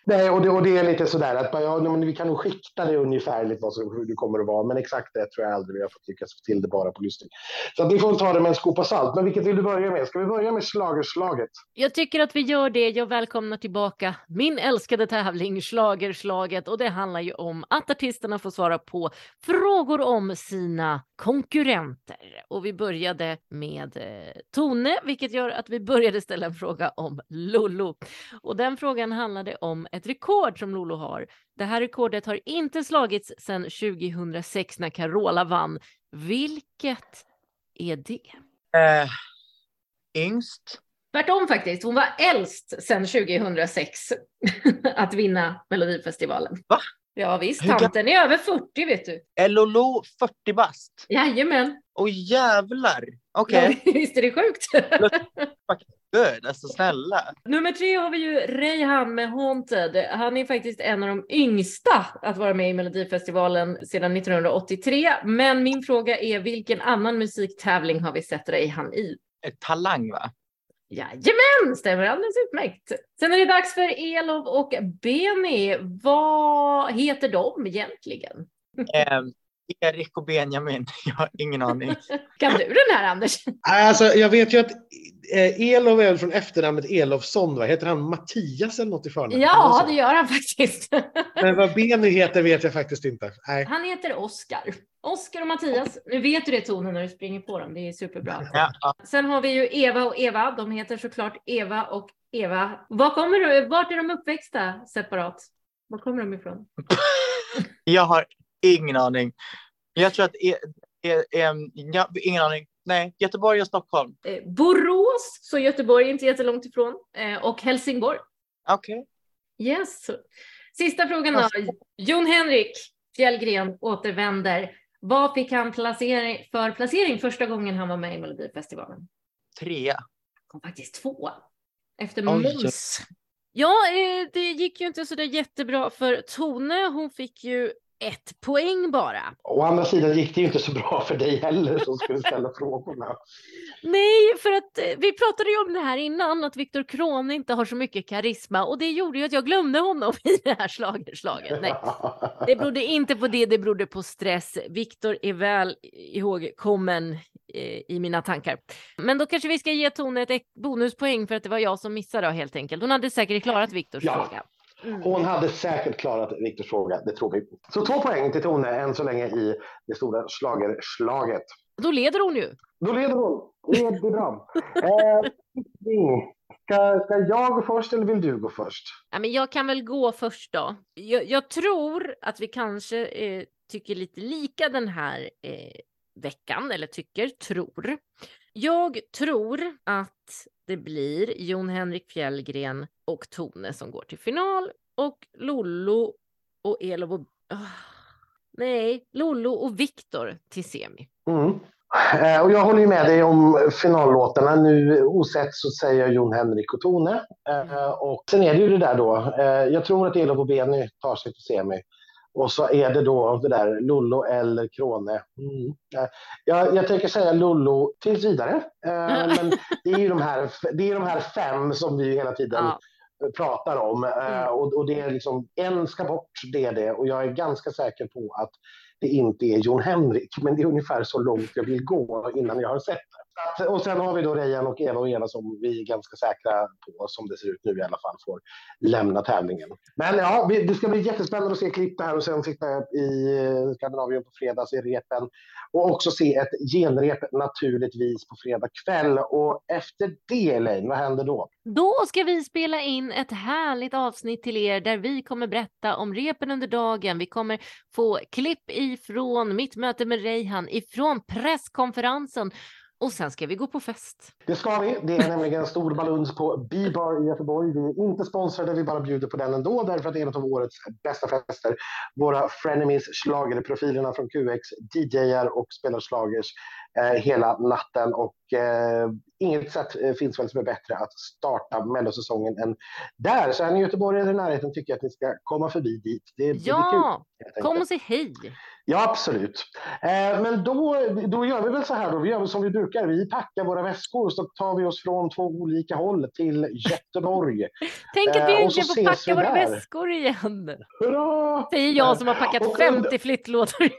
Nej, och det är lite sådär att men vi kan nog skikta det ungefärligt hur det kommer att vara, men exakt det tror jag aldrig vi har fått lyckas få till det bara på lyssning. Så att ni får ta det med en skopa salt. Men vilket vill du börja med? Ska vi börja med schlagerslaget? Jag tycker att vi gör det. Jag välkomnar tillbaka min älskade tävling Schlagerslaget, och det handlar ju om att artisterna får svara på frågor om sina konkurrenter. Och vi började med Tone, vilket gör att vi började ställa en fråga om Lollo. Och den frågan handlade om ett rekord som Lollo har. Det här rekordet har inte slagits sedan 2006 när Carola vann. Vilket är det? Yngst. Tvärtom faktiskt. Hon var äldst sedan 2006 att vinna Melodifestivalen. Va? Ja visst, tanten är över 40 vet du. Är Lollo 40 bast? Jajamän. Åh jävlar. Okej. Ja, visst är det sjukt? Good, alltså snälla. Nummer 3 har vi ju Reihan med Haunted. Han är faktiskt en av de yngsta att vara med i Melodifestivalen sedan 1983. Men min fråga är, vilken annan musiktävling har vi sett Reihan i? Talang va? Jajamän, stämmer alldeles utmärkt. Sen är det dags för Elof och Benny. Vad heter de egentligen? Erik och Benjamin, jag har ingen aning. Kan du den här, Anders? Alltså, jag vet ju att Elof är från efternamnet Elofsson, va? Heter han Mattias eller något i förnamn? Ja, det gör han faktiskt. Men vad Benny heter vet jag faktiskt inte. Nej. Han heter Oskar. Oskar och Mattias. Nu vet du det, Tone, när du springer på dem. Det är superbra. Ja. Sen har vi ju Eva och Eva. De heter såklart Eva och Eva. Vart är de uppväxta separat? Var kommer de ifrån? Jag har ingen aning. Jag tror att ingen aning. Nej, Göteborg och Stockholm. Borås, så Göteborg är inte jättelångt ifrån. Och Helsingborg. Okej. Yes. Sista frågan då. Jon Henrik Fjällgren återvänder. Vad fick han för placering första gången han var med i Melodifestivalen? 3. Kom faktiskt 2. Efter Måns. Ja, det gick ju inte så där jättebra för Tone. Hon fick ju 1 poäng bara. Å andra sidan gick det ju inte så bra för dig heller som skulle ställa frågorna. Nej, för att vi pratade ju om det här innan, att Viktor Krone inte har så mycket karisma, och det gjorde ju att jag glömde honom i det här slaget. Nej, det berodde inte på det berodde på stress. Viktor är väl ihågkommen i mina tankar. Men då kanske vi ska ge Tone ett bonuspoäng för att det var jag som missade helt enkelt. Hon hade säkert klarat Viktors fråga. Hon hade säkert klarat Viktors fråga, det tror vi. Så 2 poäng till Tone än så länge i det stora schlagerslaget. Då leder hon ju. Då leder hon. Det är bra. Ska jag gå först eller vill du gå först? Ja, men jag kan väl gå först då. Jag tror att vi kanske tycker lite lika den här veckan. Eller tror. Jag tror att det blir Jon Henrik Fjällgren och Tone som går till final. Och Lollo och Elof och... Lollo och Viktor till semi. Och jag håller ju med dig om finallåtarna. Nu osett så säger jag Jon Henrik och Tone. Och sen är det ju det där då. Jag tror att Elof och Benny tar sig till semi. Och så är det då det där Lollo eller Krone. Jag tänker säga Lollo tills vidare. Men det är ju de här 5 som vi hela tiden pratar om. Och det är liksom, en ska bort, det är det. Och jag är ganska säker på att det inte är Jon Henrik. Men det är ungefär så långt jag vill gå innan jag har sett det. Och sen har vi då Reihan och Eva som vi är ganska säkra på, som det ser ut nu i alla fall, får lämna tävlingen. Men ja, det ska bli jättespännande att se klipp här och sen sitta i Skandinavien på fredags i repen. Och också se ett genrep naturligtvis på fredag kväll. Och efter det, Elaine, vad händer då? Då ska vi spela in ett härligt avsnitt till er där vi kommer berätta om repen under dagen. Vi kommer få klipp ifrån mitt möte med Reihan, ifrån presskonferensen. Och sen ska vi gå på fest. Det ska vi. Det är nämligen en stor baluns på B-bar i Göteborg. Vi är inte sponsrade, vi bara bjuder på den ändå. Därför att det är en av årets bästa fester. Våra frenemies, schlagerprofilerna från QX, DJar och spelar schlagers hela natten. Och inget sätt finns väl som är bättre att starta mellosäsongen än där. Så är ni i Göteborg eller i närheten tycker jag att ni ska komma förbi dit. Det blir kul. Kom och säg hej. Ja, absolut. Men då gör vi väl så här då. Vi gör väl som vi brukar. Vi packar våra väskor och så tar vi oss från 2 olika håll till Göteborg. Tänk att vi och äntligen så får ses packa vi våra där. väskor igen. Hurra! Säger jag som har packat Och 50 flyttlådor.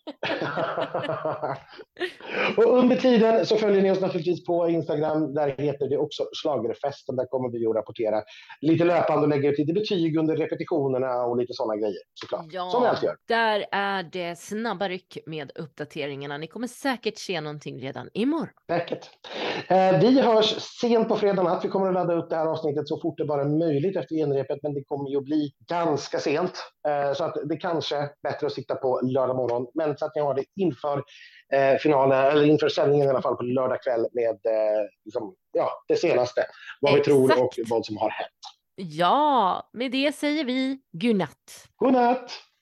Och under tiden så följer ni oss naturligtvis på Instagram. Där heter vi också Schlagerfesten. Där kommer vi att rapportera lite löpande och lägga ut lite betyg under repetitionerna och lite sådana grejer såklart. Som vi alltid gör. Där är det snabba ryck med uppdateringarna. Ni kommer säkert se någonting redan imorgon. Säkert. Vi hörs sent på fredag natt. Vi kommer att ladda upp det här avsnittet så fort det bara är möjligt efter genrepet, men det kommer ju att bli ganska sent. Så att det kanske är bättre att sitta på lördag morgon, men så att ni har det inför finalen, eller inför sändningen i alla fall på lördag kväll med liksom, det senaste. Vad vi tror och vad som har hänt. Ja, med det säger vi godnatt. God natt!